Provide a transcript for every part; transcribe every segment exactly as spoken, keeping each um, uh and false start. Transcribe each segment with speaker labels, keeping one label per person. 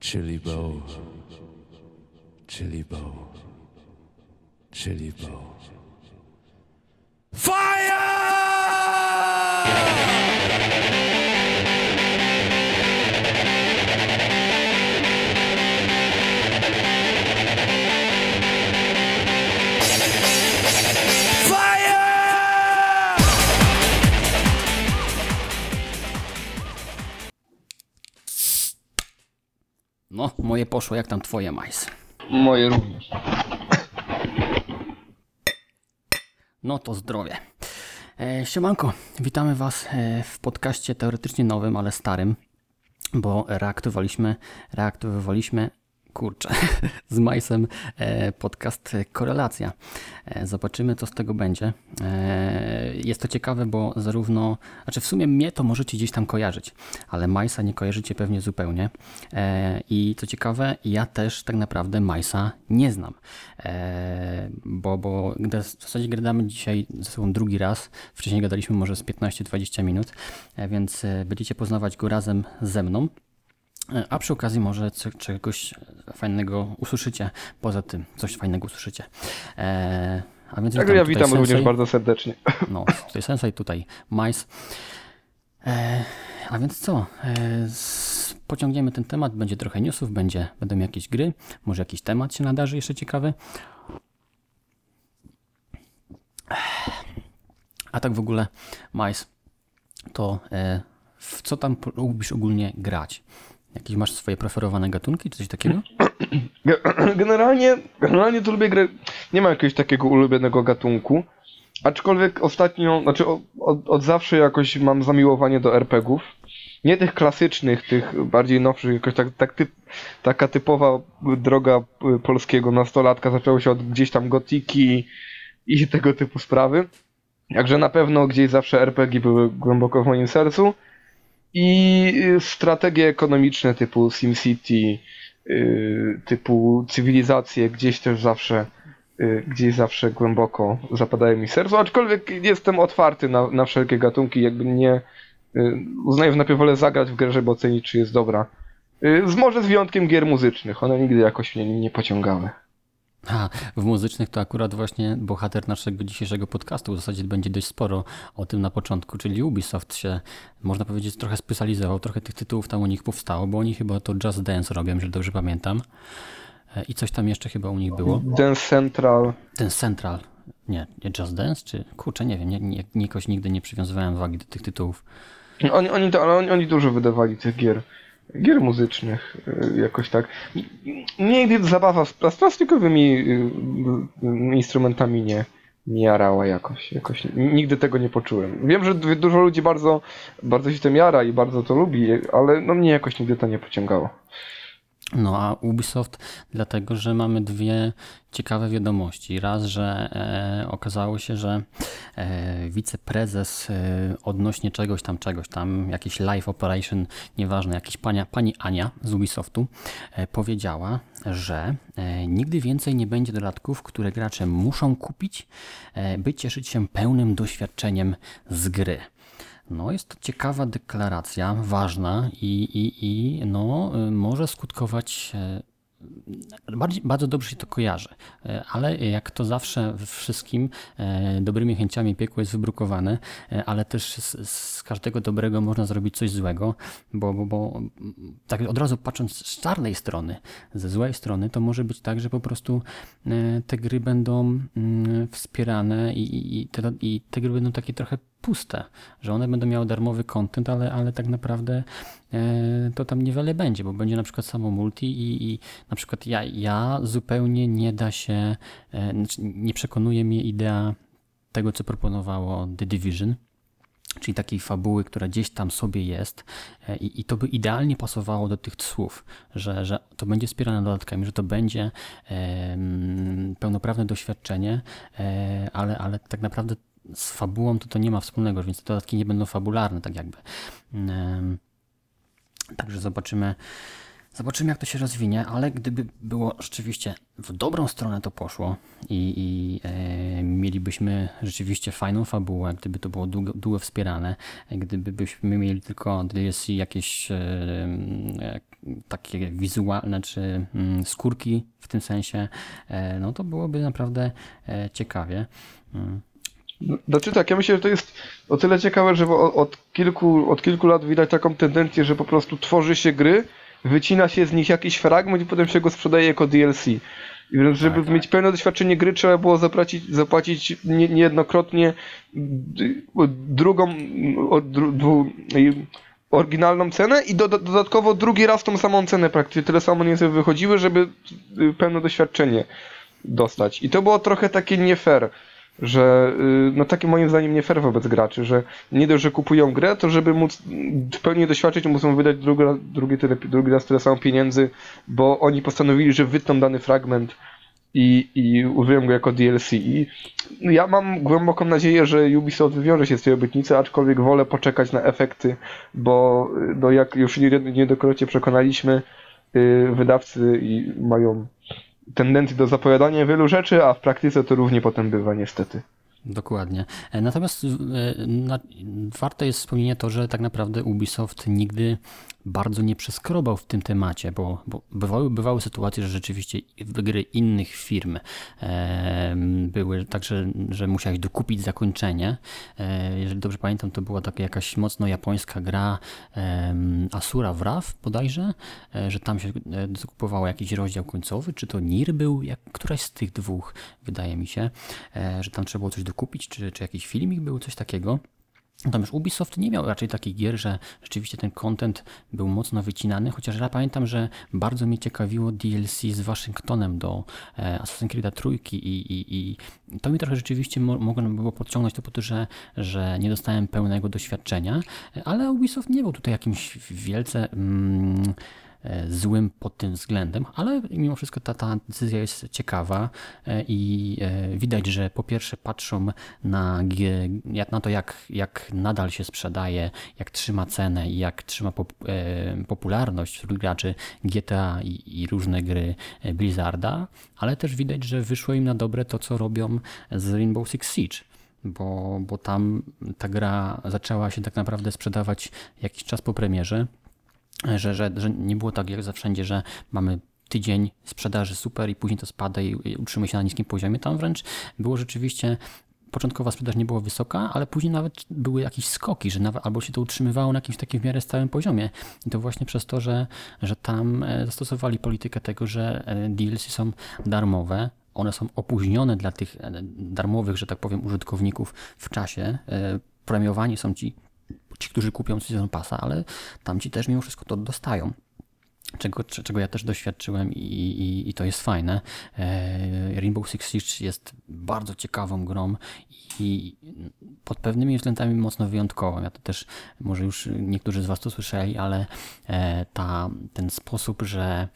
Speaker 1: Chili bow, chili bow, chili bow. Fire!
Speaker 2: No, moje poszło, jak tam twoje, Majs?
Speaker 3: Moje również.
Speaker 2: No to zdrowie. E, siemanko, witamy was e, w podcaście teoretycznie nowym, ale starym, bo reaktywowaliśmy, reaktywowaliśmy, kurczę, z Majsem e, podcast Korelacja. E, zobaczymy, co z tego będzie. E, jest to ciekawe, bo zarówno, znaczy w sumie mnie to możecie gdzieś tam kojarzyć, ale Majsa nie kojarzycie pewnie zupełnie. E, I co ciekawe, ja też tak naprawdę Majsa nie znam, e, bo, bo w zasadzie gadamy dzisiaj ze sobą drugi raz. Wcześniej gadaliśmy może z piętnaście dwadzieścia minut, e, więc będziecie poznawać go razem ze mną. A przy okazji może czegoś fajnego usłyszycie. Poza tym coś fajnego usłyszycie. Eee, a więc
Speaker 3: Tak,
Speaker 2: witam,
Speaker 3: ja
Speaker 2: tutaj
Speaker 3: witam
Speaker 2: Sensei.
Speaker 3: również bardzo serdecznie.
Speaker 2: No, tutaj Sensei, tutaj Majs. Eee, a więc co? Eee, z, pociągniemy ten temat. Będzie trochę newsów, będzie, będą jakieś gry. Może jakiś temat się nadarzy jeszcze ciekawy. A tak w ogóle, Majs, to e, w co tam lubisz ogólnie grać? Jakieś masz swoje preferowane gatunki, czy coś takiego?
Speaker 3: Generalnie, generalnie to lubię grę. Nie mam jakiegoś takiego ulubionego gatunku. Aczkolwiek ostatnio, znaczy od, od, od zawsze jakoś mam zamiłowanie do er pe gie ów. Nie tych klasycznych, tych bardziej nowszych, jakoś tak, tak typ, taka typowa droga polskiego nastolatka zaczęła się od gdzieś tam gotiki i tego typu sprawy. Także na pewno gdzieś zawsze er pe gie były głęboko w moim sercu. I strategie ekonomiczne typu SimCity, typu cywilizacje gdzieś też zawsze, gdzieś zawsze głęboko zapadają mi w sercu, aczkolwiek jestem otwarty na, na wszelkie gatunki, jakby nie uznaję, że najpierw wolę zagrać w grę, żeby ocenić, czy jest dobra. Z, może z wyjątkiem gier muzycznych, one nigdy jakoś mnie nie pociągały.
Speaker 2: A, w muzycznych to akurat właśnie bohater naszego dzisiejszego podcastu w zasadzie będzie dość sporo o tym na początku, czyli Ubisoft się, można powiedzieć, trochę specjalizował, trochę tych tytułów tam u nich powstało, bo oni chyba to Just Dance robią, jeżeli dobrze pamiętam. I coś tam jeszcze chyba u nich było.
Speaker 3: Dance Central.
Speaker 2: Dance Central. Nie, nie Just Dance, czy kurczę, nie wiem, nie, nie, jakoś nigdy nie przywiązywałem wagi do tych tytułów.
Speaker 3: Oni, oni, to, ale oni, oni dużo wydawali tych gier. Gier muzycznych, jakoś tak. Nigdy zabawa z, z plastikowymi instrumentami nie, nie jarała jakoś, jakoś. Nigdy tego nie poczułem. Wiem, że dużo ludzi bardzo, bardzo się tym jara i bardzo to lubi, ale no mnie jakoś nigdy to nie pociągało.
Speaker 2: No a Ubisoft dlatego, że mamy dwie ciekawe wiadomości. Raz, że e, okazało się, że e, wiceprezes e, odnośnie czegoś tam, czegoś tam, jakiś live operation, nieważne, jakiś pania, pani Ania z Ubisoftu e, powiedziała, że e, nigdy więcej nie będzie dodatków, które gracze muszą kupić, e, by cieszyć się pełnym doświadczeniem z gry. No, jest to ciekawa deklaracja, ważna i, i, i no, może skutkować, bardziej, bardzo dobrze się to kojarzy, ale jak to zawsze we wszystkim, dobrymi chęciami piekło jest wybrukowane, ale też z, z każdego dobrego można zrobić coś złego, bo, bo, bo tak od razu patrząc z czarnej strony, ze złej strony, to może być tak, że po prostu te gry będą wspierane i, i, i, te, i te gry będą takie trochę puste, że one będą miały darmowy content, ale, ale tak naprawdę e, to tam niewiele będzie, bo będzie na przykład samo multi i, i na przykład ja, ja zupełnie nie da się, e, nie przekonuje mnie idea tego, co proponowało The Division, czyli takiej fabuły, która gdzieś tam sobie jest e, i, i to by idealnie pasowało do tych słów, że, że to będzie wspierane dodatkami, że to będzie e, pełnoprawne doświadczenie, e, ale, ale tak naprawdę z fabułą to to nie ma wspólnego, więc te dodatki nie będą fabularne, tak jakby. Także zobaczymy, Zobaczymy, jak to się rozwinie, ale gdyby było rzeczywiście w dobrą stronę to poszło i, i e, mielibyśmy rzeczywiście fajną fabułę, gdyby to było długo, długo wspierane, gdyby byśmy mieli tylko D L C jakieś e, e, takie wizualne czy mm, skórki w tym sensie, e, no to byłoby naprawdę e, ciekawie. Mm.
Speaker 3: Znaczy tak, ja myślę, że to jest o tyle ciekawe, że od, od, kilku, od kilku lat widać taką tendencję, że po prostu tworzy się gry, wycina się z nich jakiś fragment i potem się go sprzedaje jako D L C. I więc, żeby
Speaker 2: Tak,
Speaker 3: mieć
Speaker 2: tak.
Speaker 3: pełne doświadczenie gry, trzeba było zapłacić, zapłacić nie, niejednokrotnie drugą, od, dru, dwu, oryginalną cenę i do, do, dodatkowo drugi raz tą samą cenę praktycznie. Tyle samo nie sobie wychodziły, żeby pełne doświadczenie dostać. I to było trochę takie nie fair. Że, no takie moim zdaniem nie fair wobec graczy, że nie dość, że kupują grę, to żeby móc w pełni doświadczyć, muszą wydać drugi, drugi, tyle, drugi raz tyle samo pieniędzy, bo oni postanowili, że wytną dany fragment i, i użyją go jako D L C. I ja mam głęboką nadzieję, że Ubisoft wywiąże się z tej obietnicy, aczkolwiek wolę poczekać na efekty, bo no jak już niejednokrotnie przekonaliśmy, wydawcy i mają tendencji do zapowiadania wielu rzeczy, a w praktyce to równie potem bywa niestety.
Speaker 2: Dokładnie. Natomiast na, warto jest wspomnienie to, że tak naprawdę Ubisoft nigdy bardzo nie przeskrobał w tym temacie, bo, bo bywały, bywały sytuacje, że rzeczywiście gry innych firm e, były tak, że, że musiałeś dokupić zakończenie. E, jeżeli dobrze pamiętam, to była taka jakaś mocno japońska gra e, Asura Wrath bodajże, e, że tam się dokupowało jakiś rozdział końcowy, czy to Nier był, jak, któraś z tych dwóch, wydaje mi się, e, że tam trzeba było coś dokupić, czy, czy jakiś filmik był, coś takiego. Natomiast Ubisoft nie miał raczej takich gier, że rzeczywiście ten content był mocno wycinany, chociaż ja pamiętam, że bardzo mnie ciekawiło D L C z Waszyngtonem do e, Assassin's Creed'a trójki i, i, i to mi trochę rzeczywiście mo- mogło było podciągnąć to po to, że, że nie dostałem pełnego doświadczenia, ale Ubisoft nie był tutaj jakimś wielce... Mm, złym pod tym względem, ale mimo wszystko ta, ta decyzja jest ciekawa i widać, że po pierwsze patrzą na, na to, jak, jak nadal się sprzedaje, jak trzyma cenę i jak trzyma pop, popularność wśród graczy G T A i, i różne gry Blizzarda, ale też widać, że wyszło im na dobre to, co robią z Rainbow Six Siege. Bo, bo tam ta gra zaczęła się tak naprawdę sprzedawać jakiś czas po premierze. Że, że, że nie było tak jak za wszędzie, że mamy tydzień sprzedaży super i później to spada i, i utrzymuje się na niskim poziomie. Tam wręcz było rzeczywiście, początkowa sprzedaż nie była wysoka, ale później nawet były jakieś skoki, że nawet albo się to utrzymywało na jakimś takim w miarę stałym poziomie. I to właśnie przez to, że, że tam zastosowali politykę tego, że D L C są darmowe. One są opóźnione dla tych darmowych, że tak powiem, użytkowników w czasie. Premiowani są ci Ci, którzy kupią Season Passa, ale tamci też mimo wszystko to dostają. Czego, czego ja też doświadczyłem i, i, i to jest fajne. Rainbow Six Siege jest bardzo ciekawą grą i pod pewnymi względami mocno wyjątkową. Ja to też, może już niektórzy z Was to słyszeli, ale ta, ten sposób, że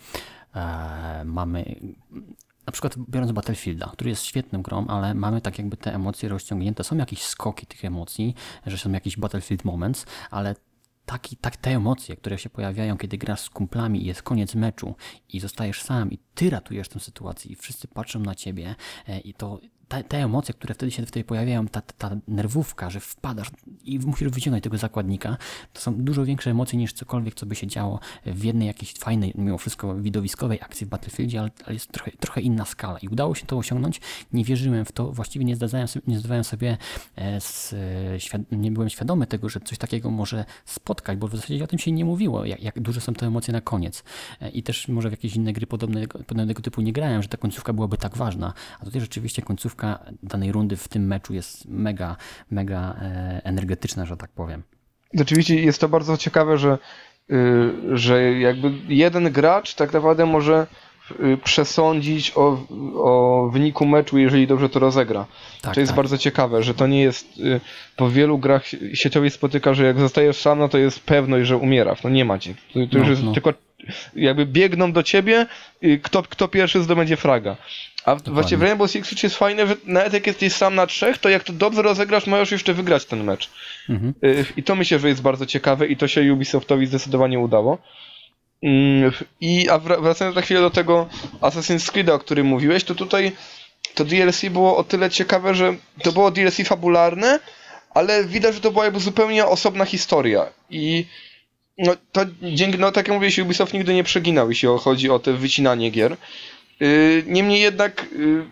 Speaker 2: mamy... Na przykład biorąc Battlefielda, który jest świetną grą, ale mamy tak jakby te emocje rozciągnięte. Są jakieś skoki tych emocji, że są jakieś Battlefield moments, ale taki, tak te emocje, które się pojawiają, kiedy grasz z kumplami i jest koniec meczu i zostajesz sam i ty ratujesz tę sytuację i wszyscy patrzą na ciebie i to te, te emocje, które wtedy się wtedy pojawiają, ta, ta nerwówka, że wpadasz i musisz wyciągnąć tego zakładnika, to są dużo większe emocje niż cokolwiek, co by się działo w jednej jakiejś fajnej, mimo wszystko widowiskowej akcji w Battlefieldzie, ale, ale jest trochę, trochę inna skala i udało się to osiągnąć. Nie wierzyłem w to, właściwie nie zdawałem sobie, nie zdawałem sobie z, nie byłem świadomy tego, że coś takiego może spotkać, bo w zasadzie o tym się nie mówiło, jak, jak duże są te emocje na koniec. I też może w jakieś inne gry podobnego, podobnego typu nie grałem, że ta końcówka byłaby tak ważna, a tutaj rzeczywiście końcówka danej rundy w tym meczu jest mega, mega energetyczna, że tak powiem.
Speaker 3: Rzeczywiście jest to bardzo ciekawe, że, yy, że jakby jeden gracz tak naprawdę może yy, przesądzić o, o wyniku meczu, jeżeli dobrze to rozegra.
Speaker 2: Tak,
Speaker 3: to jest
Speaker 2: tak.
Speaker 3: bardzo ciekawe, że to nie jest, yy, po wielu grach sieciowych spotyka, że jak zostajesz sam, no to jest pewność, że umierasz. No nie macie. To, to
Speaker 2: No,
Speaker 3: już jest
Speaker 2: no.
Speaker 3: tylko jakby biegną do ciebie, yy, kto, kto pierwszy zdobędzie fraga. A
Speaker 2: Dokładnie.
Speaker 3: właśnie w Rainbow Six Siege jest fajne, że nawet jak jesteś sam na trzech, to jak to dobrze rozegrasz, możesz jeszcze wygrać ten mecz.
Speaker 2: Mhm.
Speaker 3: I to myślę, że jest bardzo ciekawe i to się Ubisoftowi zdecydowanie udało. Mm, I a wra- wracając na chwilę do tego Assassin's Creed'a, o którym mówiłeś, to tutaj to D L C było o tyle ciekawe, że to było D L C fabularne, ale widać, że to była jakby zupełnie osobna historia. I no to dzięki, no tak jak mówiłeś, Ubisoft nigdy nie przeginał, jeśli chodzi o te wycinanie gier. Yy, niemniej jednak yy,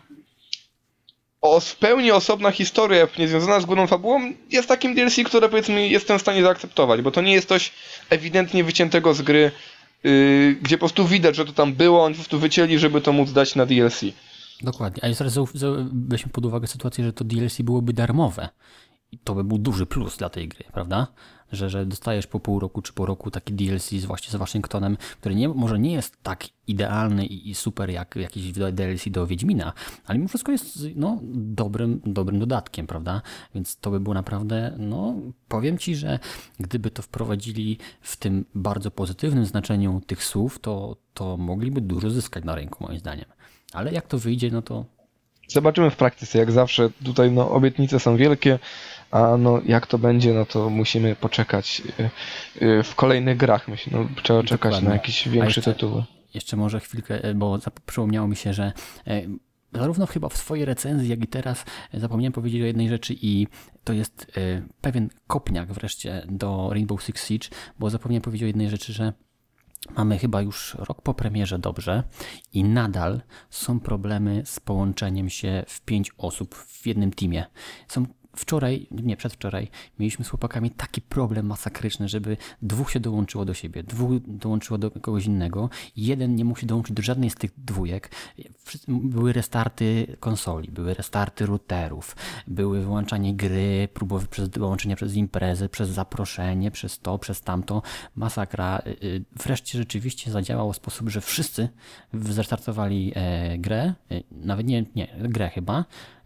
Speaker 3: o w pełni osobna historia, niezwiązana z główną fabułą, jest takim D L C, które powiedzmy jestem w stanie zaakceptować, bo to nie jest coś ewidentnie wyciętego z gry, yy, gdzie po prostu widać, że to tam było, oni po prostu wycięli, żeby to móc dać na D L C.
Speaker 2: Dokładnie. A już teraz zau- zau- weźmy pod uwagę sytuację, że to D L C byłoby darmowe. I to by był duży plus dla tej gry, prawda? Że, że dostajesz po pół roku czy po roku taki D L C z właśnie z Waszyngtonem, który nie, może nie jest tak idealny i, i super jak jakiś D L C do Wiedźmina, ale mimo wszystko jest no, dobrym, dobrym dodatkiem, prawda? Więc to by było naprawdę, no powiem Ci, że gdyby to wprowadzili w tym bardzo pozytywnym znaczeniu tych słów, to, to mogliby dużo zyskać na rynku moim zdaniem. Ale jak to wyjdzie, no to
Speaker 3: Zobaczymy w praktyce, jak zawsze tutaj no, obietnice są wielkie, a no jak to będzie, no to musimy poczekać yy, yy, w kolejnych grach, myślę, no trzeba czekać
Speaker 2: Dokładnie.
Speaker 3: na jakieś
Speaker 2: A
Speaker 3: większe
Speaker 2: jeszcze-
Speaker 3: tytuły.
Speaker 2: Jeszcze może chwilkę, e, bo zap- przypomniało mi się, że e, zarówno chyba w swojej recenzji, jak i teraz e, zapomniałem powiedzieć o jednej rzeczy i to jest e, pewien kopniak wreszcie do Rainbow Six Siege, bo zapomniałem powiedzieć o jednej rzeczy, że mamy chyba już rok po premierze dobrze i nadal są problemy z połączeniem się w pięć osób w jednym teamie. Są wczoraj, nie przedwczoraj, mieliśmy z chłopakami taki problem masakryczny, żeby dwóch się dołączyło do siebie, dwóch dołączyło do kogoś innego i jeden nie mógł się dołączyć do żadnej z tych dwójek. Wszyscy- Były restarty konsoli, były restarty routerów, były wyłączanie gry, próby przez dołączenie przez imprezę, przez zaproszenie, przez to, przez tamto. Masakra. Y, y, Wreszcie rzeczywiście zadziałał w sposób, że wszyscy zrestartowali e, grę, e, nawet nie, nie, grę chyba,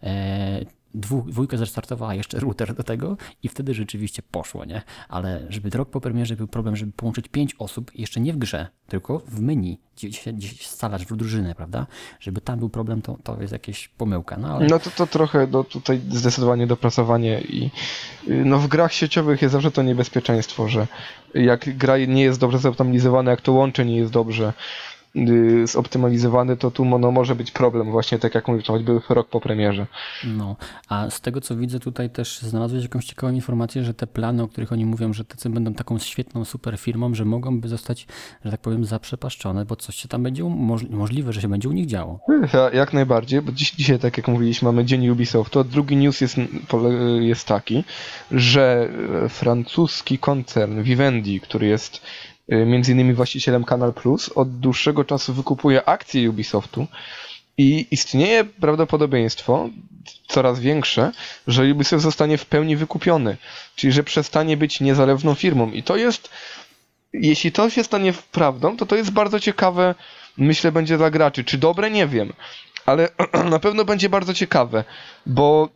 Speaker 2: e, Dwu, dwójka zrestartowała jeszcze router do tego i wtedy rzeczywiście poszło, nie? Ale żeby rok po premierze był problem, żeby połączyć pięć osób jeszcze nie w grze, tylko w menu, gdzie się gdzieś scalasz w drużynę, prawda? Żeby tam był problem, to, to jest jakaś pomyłka, no ale
Speaker 3: No to, to trochę do, tutaj zdecydowanie dopracowanie i y, no w grach sieciowych jest zawsze to niebezpieczeństwo, że jak gra nie jest dobrze zoptymalizowana, jak to łącze nie jest dobrze y, zoptymalizowane, to tu no, może być problem właśnie tak jak mówię, to choćby rok po premierze.
Speaker 2: no. A z tego co widzę tutaj też znalazłeś jakąś ciekawą informację, że te plany, o których oni mówią, że tacy będą taką świetną super firmą, że mogą zostać, że tak powiem, zaprzepaszczone, bo coś się tam będzie, moż- możliwe, że się będzie u nich działo.
Speaker 3: Ja, jak najbardziej, bo dziś, dzisiaj, tak jak mówiliśmy, mamy dzień Ubisoftu, a drugi news jest, pole- jest taki, że e, francuski koncern Vivendi, który jest e, między innymi właścicielem Canal Plus, od dłuższego czasu wykupuje akcje Ubisoftu i istnieje prawdopodobieństwo, coraz większe, że Ubisoft zostanie w pełni wykupiony, czyli że przestanie być niezależną firmą i to jest, jeśli to się stanie prawdą, to to jest bardzo ciekawe, myślę, będzie dla graczy. Czy dobre? Nie wiem. Ale na pewno będzie bardzo ciekawe, bo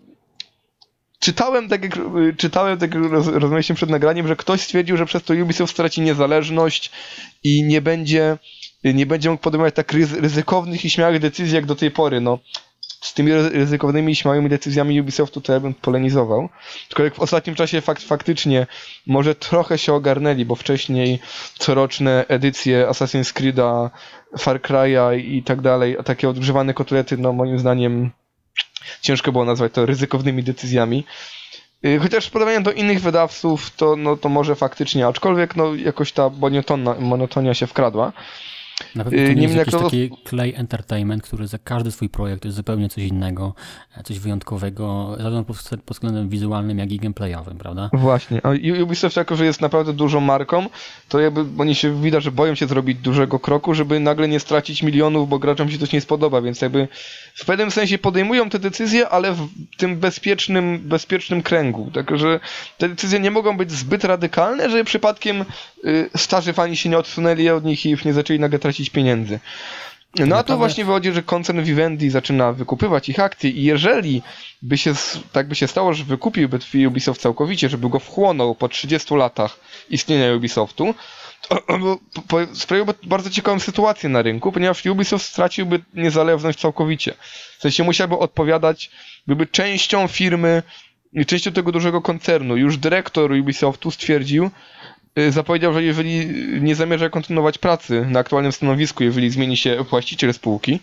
Speaker 3: czytałem, tak jak, y, czytałem, tak jak roz, rozmawialiśmy przed nagraniem, że ktoś stwierdził, że przez to Ubisoft straci niezależność i nie będzie, nie będzie mógł podejmować tak ryzy- ryzykownych i śmiałych decyzji jak do tej pory. No, z tymi ry- ryzykownymi i śmiałymi decyzjami Ubisoftu to ja bym polemizował. Tylko jak w ostatnim czasie fakt, faktycznie może trochę się ogarnęli, bo wcześniej coroczne edycje Assassin's Creed'a, Far Cry'a i tak dalej, a takie odgrzewane kotlety, no moim zdaniem ciężko było nazwać to ryzykownymi decyzjami. Yy, Chociaż w porównaniu do innych wydawców, to, no, to może faktycznie, aczkolwiek no, jakoś ta monotonna, monotonia się wkradła.
Speaker 2: Na pewno to
Speaker 3: Yy,
Speaker 2: nie jest
Speaker 3: niemniej
Speaker 2: jakiś
Speaker 3: jak to-
Speaker 2: taki Clay Entertainment, który za każdy swój projekt to jest zupełnie coś innego, coś wyjątkowego, zarówno pod, pod względem wizualnym, jak i gameplayowym, prawda?
Speaker 3: Właśnie, a U- Ubisoft jako, że jest naprawdę dużą marką, to jakby oni się widać, że boją się zrobić dużego kroku, żeby nagle nie stracić milionów, bo graczom się coś nie spodoba, więc jakby w pewnym sensie podejmują te decyzje, ale w tym bezpiecznym, bezpiecznym kręgu. Także te decyzje nie mogą być zbyt radykalne, żeby przypadkiem y, starzy fani się nie odsunęli od nich i nie zaczęli nagle tracić pieniędzy. No a tu
Speaker 2: naprawdę-
Speaker 3: właśnie wychodzi, że koncern Vivendi zaczyna wykupywać ich akcje i jeżeli by się, s- tak by się stało, że wykupiłby Ubisoft całkowicie, żeby go wchłonął po trzydziestu latach istnienia Ubisoftu, to po- po- sprawiłby bardzo ciekawą sytuację na rynku, ponieważ Ubisoft straciłby niezależność całkowicie. W sensie musiałby odpowiadać, byłby częścią firmy, częścią tego dużego koncernu. Już dyrektor Ubisoftu stwierdził, y, zapowiedział, że jeżeli nie zamierza kontynuować pracy na aktualnym stanowisku, jeżeli zmieni się właściciel spółki,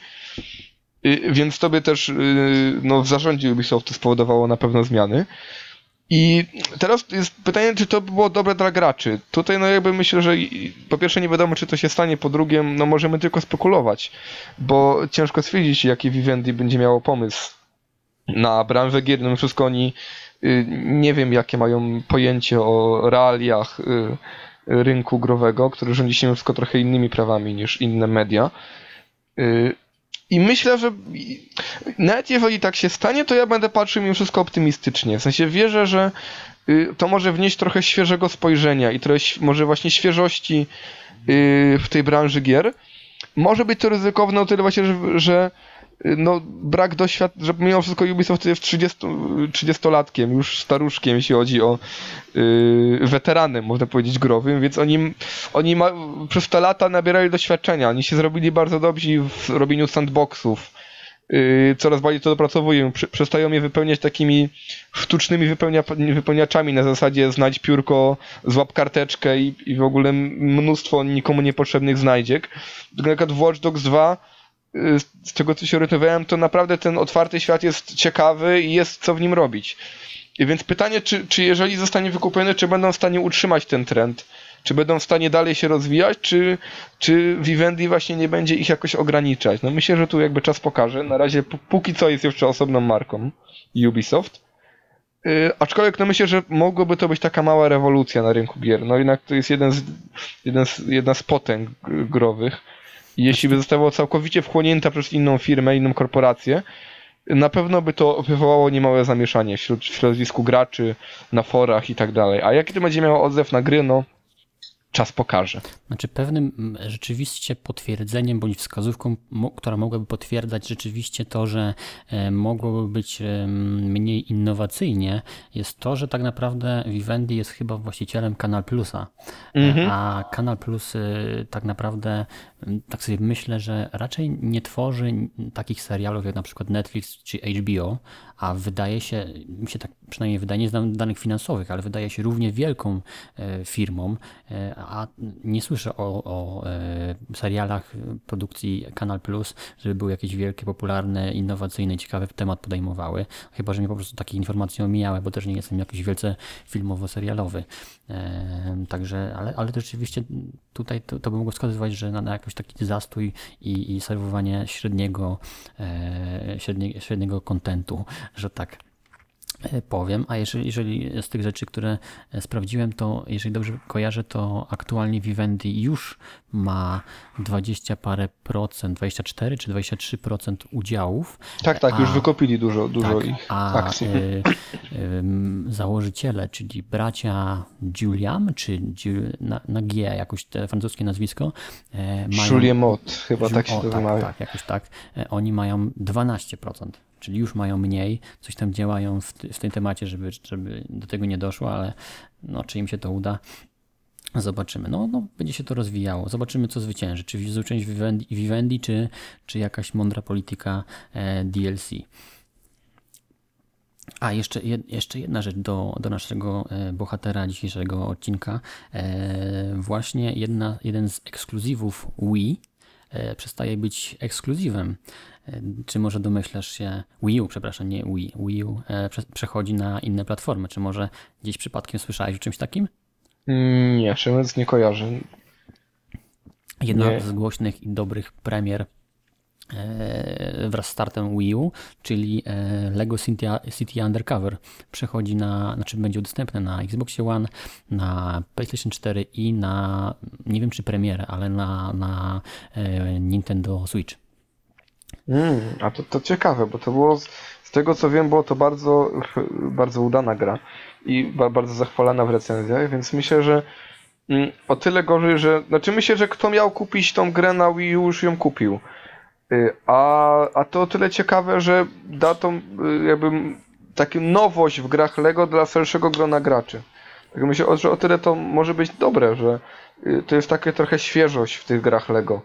Speaker 3: y, więc to by też y, no, w zarządzie Ubisoftu spowodowało na pewno zmiany. I teraz jest pytanie, czy to by było dobre dla graczy. Tutaj no jakby myślę, że i- po pierwsze nie wiadomo, czy to się stanie, po drugie no możemy tylko spekulować, bo ciężko stwierdzić, jaki Vivendi będzie miało pomysł na branżę gier. No wszystko oni y, nie wiem, jakie mają pojęcie o realiach y, rynku growego, który rządzi się wszystko trochę innymi prawami niż inne media. Y, I myślę, że i- nawet jeżeli tak się stanie, to ja będę patrzył mimo wszystko optymistycznie. W sensie wierzę, że y, to może wnieść trochę świeżego spojrzenia i trochę ś- może właśnie świeżości y, w tej branży gier. Może być to ryzykowne o tyle właśnie, że, że y, no, brak doświadczenia, że mimo wszystko Ubisoft jest trzydzieści, trzydziestolatkiem, już staruszkiem, jeśli chodzi o y, weteranem, można powiedzieć, growym, więc oni, oni ma, przez te lata nabierali doświadczenia. Oni się zrobili bardzo dobrzy w robieniu sandboxów. Yy, coraz bardziej to dopracowują. Prze- Przestają je wypełniać takimi sztucznymi wypełnia wypełniaczami na zasadzie znajdź piórko, złap karteczkę i, i w ogóle mnóstwo nikomu niepotrzebnych znajdziek. Na przykład w Watch Dogs dwa, yy, z z tego co się orientowałem, to naprawdę ten otwarty świat jest ciekawy i jest co w nim robić. I więc pytanie, czy, czy jeżeli zostanie wykupiony, czy będą w stanie utrzymać ten trend? Czy będą w stanie dalej się rozwijać, czy, czy Vivendi właśnie nie będzie ich jakoś ograniczać? No myślę, że tu jakby czas pokaże. Na razie p- póki co jest jeszcze osobną marką Ubisoft. Yy, aczkolwiek no myślę, że mogłoby to być taka mała rewolucja na rynku gier. No jednak to jest jeden z, jeden z, jedna z potęg g- growych. I jeśli by została całkowicie wchłonięta przez inną firmę, inną korporację, na pewno by to wywołało niemałe zamieszanie wśród w środowisku graczy, na forach i tak dalej. A jaki to będzie miało odzew na gry, no czas pokaże.
Speaker 2: Znaczy pewnym mm, rzeczywiście potwierdzeniem bądź wskazówką, mo- która mogłaby potwierdzać rzeczywiście to, że e, mogłoby być e, mniej innowacyjnie, jest to, że tak naprawdę Vivendi jest chyba właścicielem Kanal Plusa. E,
Speaker 3: Mhm.
Speaker 2: A Kanal Plus e, tak naprawdę, m, tak sobie myślę, że raczej nie tworzy n- takich serialów jak na przykład Netflix czy H B O, a wydaje się, mi się tak przynajmniej wydaje, nie znam danych finansowych, ale wydaje się równie wielką e, firmą, e, a nie słyszę o, o e, serialach produkcji Kanal Plus, żeby były jakieś wielkie, popularne, innowacyjne, ciekawe temat podejmowały. Chyba, że mnie po prostu takie informacje omijały, bo też nie jestem jakiś wielce filmowo-serialowy. E, także, ale, ale to rzeczywiście tutaj to, to by mogło wskazywać, że na, na jakiś taki zastój i, i serwowanie średniego, e, średnie, średniego kontentu, że tak e, powiem. A jeżeli, jeżeli z tych rzeczy, które e, sprawdziłem, to jeżeli dobrze kojarzę, to aktualnie Vivendi już ma dwadzieścia parę procent, dwadzieścia cztery czy dwadzieścia trzy procent udziałów.
Speaker 3: Tak, tak, już
Speaker 2: a-
Speaker 3: wykupili dużo, dużo
Speaker 2: tak,
Speaker 3: ich
Speaker 2: a
Speaker 3: akcji.
Speaker 2: y, ym, założyciele, czyli bracia Julian, czy Giu- na, na G, jakoś te francuskie nazwisko, e, mają...
Speaker 3: Julie Mott, chyba tak się
Speaker 2: o,
Speaker 3: to
Speaker 2: tak,
Speaker 3: wymawia.
Speaker 2: tak, jakoś tak. E, Oni mają dwanaście procent, czyli już mają mniej, coś tam działają w, ty- w tym temacie, żeby, żeby do tego nie doszło, ale no, czy im się to uda, zobaczymy. No, no, będzie się to rozwijało. Zobaczymy, co zwycięży. Czy część Vivendi, Vivendi czy, czy jakaś mądra polityka e, D L C. A jeszcze, jed, jeszcze jedna rzecz do, do naszego e, bohatera dzisiejszego odcinka. E, właśnie jedna, jeden z ekskluzywów Wii e, przestaje być ekskluzywem. E, czy może domyślasz się, Wii U, przepraszam, nie Wii, Wii U e, prze, przechodzi na inne platformy. Czy może gdzieś przypadkiem słyszałeś o czymś takim?
Speaker 3: Mm, Nie, Szemec nie kojarzy.
Speaker 2: Jedna
Speaker 3: Nie.
Speaker 2: z głośnych i dobrych premier e, wraz z startem Wii U, czyli e, Lego City, City Undercover przechodzi na, znaczy będzie udostępne na Xbox One, na PlayStation cztery i na, nie wiem czy premierę, ale na, na e, Nintendo Switch.
Speaker 3: Mm, a to, to ciekawe, bo to było, z, z tego co wiem, było to bardzo, bardzo udana gra i ba, bardzo zachwalana w recenzjach, więc myślę, że mm, o tyle gorzej, że, znaczy myślę, że kto miał kupić tą grę na Wii U, już ją kupił. Y, A, a to o tyle ciekawe, że da tą y, jakby taką nowość w grach Lego dla szerszego grona graczy. Tak myślę, o- że o tyle to może być dobre, że y, to jest takie trochę świeżość w tych grach Lego.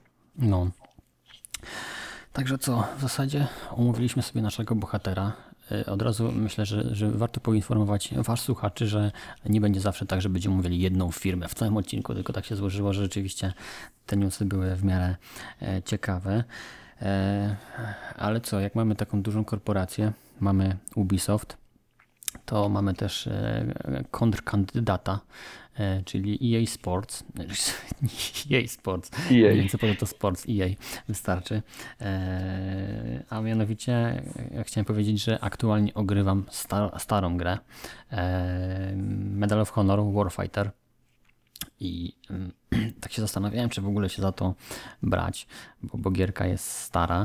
Speaker 2: No. Także co, w zasadzie omówiliśmy sobie naszego bohatera. y, od razu myślę, że, że warto poinformować was słuchaczy, że nie będzie zawsze tak, że będziemy mówili jedną firmę w całym odcinku, tylko tak się złożyło, że rzeczywiście te newsy były w miarę e, ciekawe. E, ale co, jak mamy taką dużą korporację, mamy Ubisoft, to mamy też e, kontrkandydata, e, czyli E A Sports. E A Sports.
Speaker 3: E A.
Speaker 2: Nie wiem, co poza to Sports. E A wystarczy. E, a mianowicie ja chciałem powiedzieć, że aktualnie ogrywam star- starą grę. E, Medal of Honor Warfighter. I mm, tak się zastanawiałem, czy w ogóle się za to brać, bo, bo gierka jest stara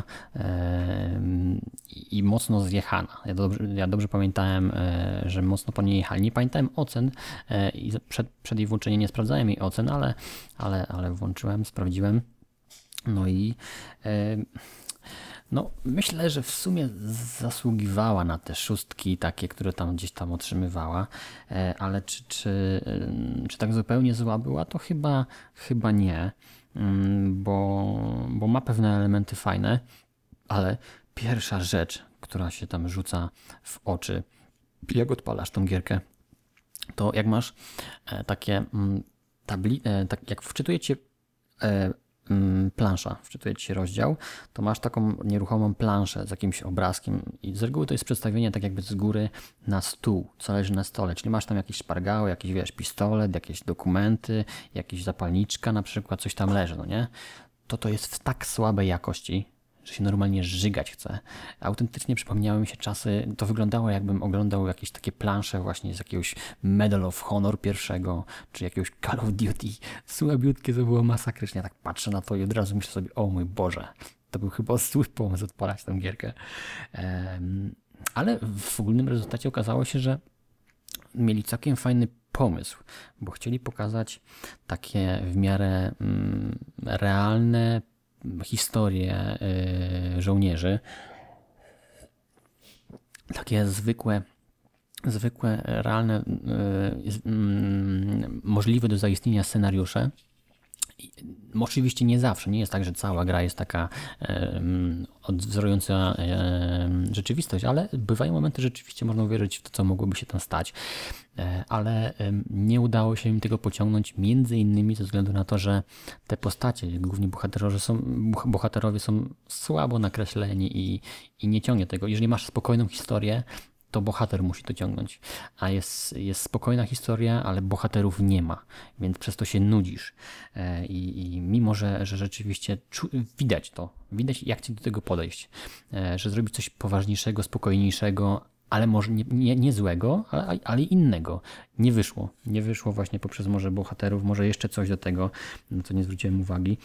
Speaker 2: em, i, i mocno zjechana. Ja dobrze, ja dobrze pamiętałem, e, że mocno po niej jechali. Nie pamiętałem ocen e, i za- przed, przed jej włączeniem nie sprawdzałem jej ocen, ale, ale, ale włączyłem, sprawdziłem. No i e, no, myślę, że w sumie zasługiwała na te szóstki takie, które tam gdzieś tam otrzymywała, e, ale czy, czy, e, czy tak zupełnie zła była, to chyba, chyba nie, mm, bo, bo ma pewne elementy fajne, ale pierwsza rzecz, która się tam rzuca w oczy, jak odpalasz tą gierkę, to jak masz e, takie mm, tabli, e, tak jak wczytuje cię e, mm, plansza, wczytuje ci się rozdział, to masz taką nieruchomą planszę z jakimś obrazkiem i z reguły to jest przedstawienie tak jakby z góry na stół, co leży na stole, czyli masz tam jakieś szpargały, jakiś wiesz, pistolet, jakieś dokumenty, jakieś zapalniczka na przykład, coś tam leży, no nie? To to jest w tak słabej jakości, że się normalnie żygać chce. Autentycznie przypomniały mi się czasy, to wyglądało jakbym oglądał jakieś takie plansze właśnie z jakiegoś Medal of Honor pierwszego, czy jakiegoś Call of Duty. Słabiutkie to było masakrycznie. Ja tak patrzę na to i od razu myślę sobie, o mój Boże, to był chyba zły pomysł odpalać tę gierkę. Um, ale w ogólnym rezultacie okazało się, że mieli całkiem fajny pomysł, bo chcieli pokazać takie w miarę mm, realne historie y, żołnierzy, takie zwykłe, zwykłe, realne, y, y, y, możliwe do zaistnienia scenariusze. I, oczywiście nie zawsze, nie jest tak, że cała gra jest taka e, odwzorująca e, rzeczywistość, ale bywają momenty, że rzeczywiście można uwierzyć w to, co mogłoby się tam stać, e, ale e, nie udało się im tego pociągnąć, między innymi ze względu na to, że te postacie, główni bohaterowie są, bohaterowie są słabo nakreśleni i, i nie ciągnie tego. Jeżeli masz spokojną historię, to bohater musi to ciągnąć, a jest, jest spokojna historia, ale bohaterów nie ma, więc przez to się nudzisz. I, i mimo, że, że rzeczywiście czu, widać to, widać jak ci do tego podejść, że zrobić coś poważniejszego, spokojniejszego, ale może nie, nie, nie złego, ale, ale innego. Nie wyszło. Nie wyszło właśnie poprzez może bohaterów, może jeszcze coś do tego, no to nie zwróciłem uwagi.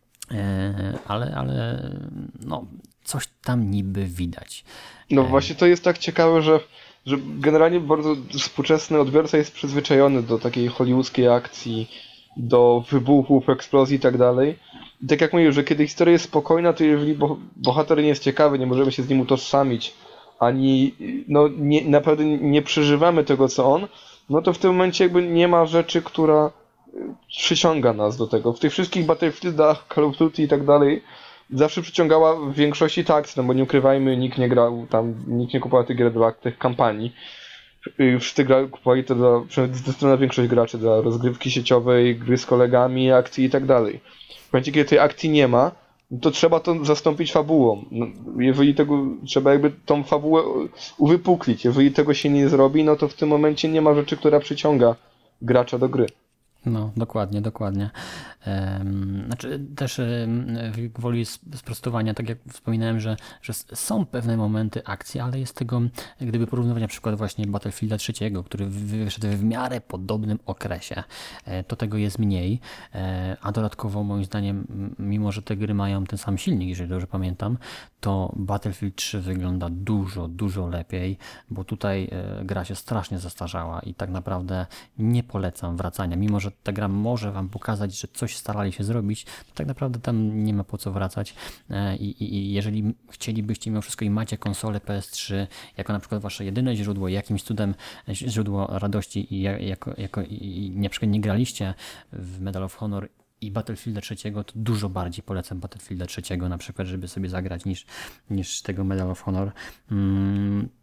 Speaker 2: Ale, ale no, coś tam niby widać.
Speaker 3: No właśnie to jest tak ciekawe, że, że generalnie bardzo współczesny odbiorca jest przyzwyczajony do takiej hollywoodzkiej akcji, do wybuchów, eksplozji i tak dalej. I tak jak mówię, że kiedy historia jest spokojna, to jeżeli bo, bohater nie jest ciekawy, nie możemy się z nim utożsamić, ani no, nie, naprawdę nie przeżywamy tego, co on, no to w tym momencie jakby nie ma rzeczy, która przyciąga nas do tego. W tych wszystkich Battlefieldach, Call of Duty i tak dalej zawsze przyciągała w większości ta akcja, no bo nie ukrywajmy, nikt nie grał tam, nikt nie kupował tych gier dla tych kampanii. Wszyscy gra, kupowali to dla, przynajmniej zdecydowana większość graczy, dla rozgrywki sieciowej, gry z kolegami, akcji i tak dalej. W momencie, kiedy tej akcji nie ma, to trzeba to zastąpić fabułą. No, jeżeli tego, trzeba jakby tą fabułę uwypuklić. Jeżeli tego się nie zrobi, no to w tym momencie nie ma rzeczy, która przyciąga gracza do gry.
Speaker 2: No, dokładnie, dokładnie. Um, znaczy też um, gwoli sprostowania, tak jak wspominałem, że, że są pewne momenty akcji, ale jest tego, gdyby porównywać na przykład właśnie Battlefielda trzeciego, który wyszedł w miarę podobnym okresie, to tego jest mniej, a dodatkowo moim zdaniem, mimo że te gry mają ten sam silnik, jeżeli dobrze pamiętam, to Battlefield trzy wygląda dużo, dużo lepiej, bo tutaj gra się strasznie zastarzała i tak naprawdę nie polecam wracania, mimo że ta gra może wam pokazać, że coś starali się zrobić, to tak naprawdę tam nie ma po co wracać i, i, i jeżeli chcielibyście mimo wszystko i macie konsolę P S trzy jako na przykład wasze jedyne źródło, jakimś cudem źródło radości i jako, jako i na przykład nie graliście w Medal of Honor i Battlefielda trzeciego, to dużo bardziej polecam Battlefielda trzeciego na przykład, żeby sobie zagrać niż, niż tego Medal of Honor. Hmm.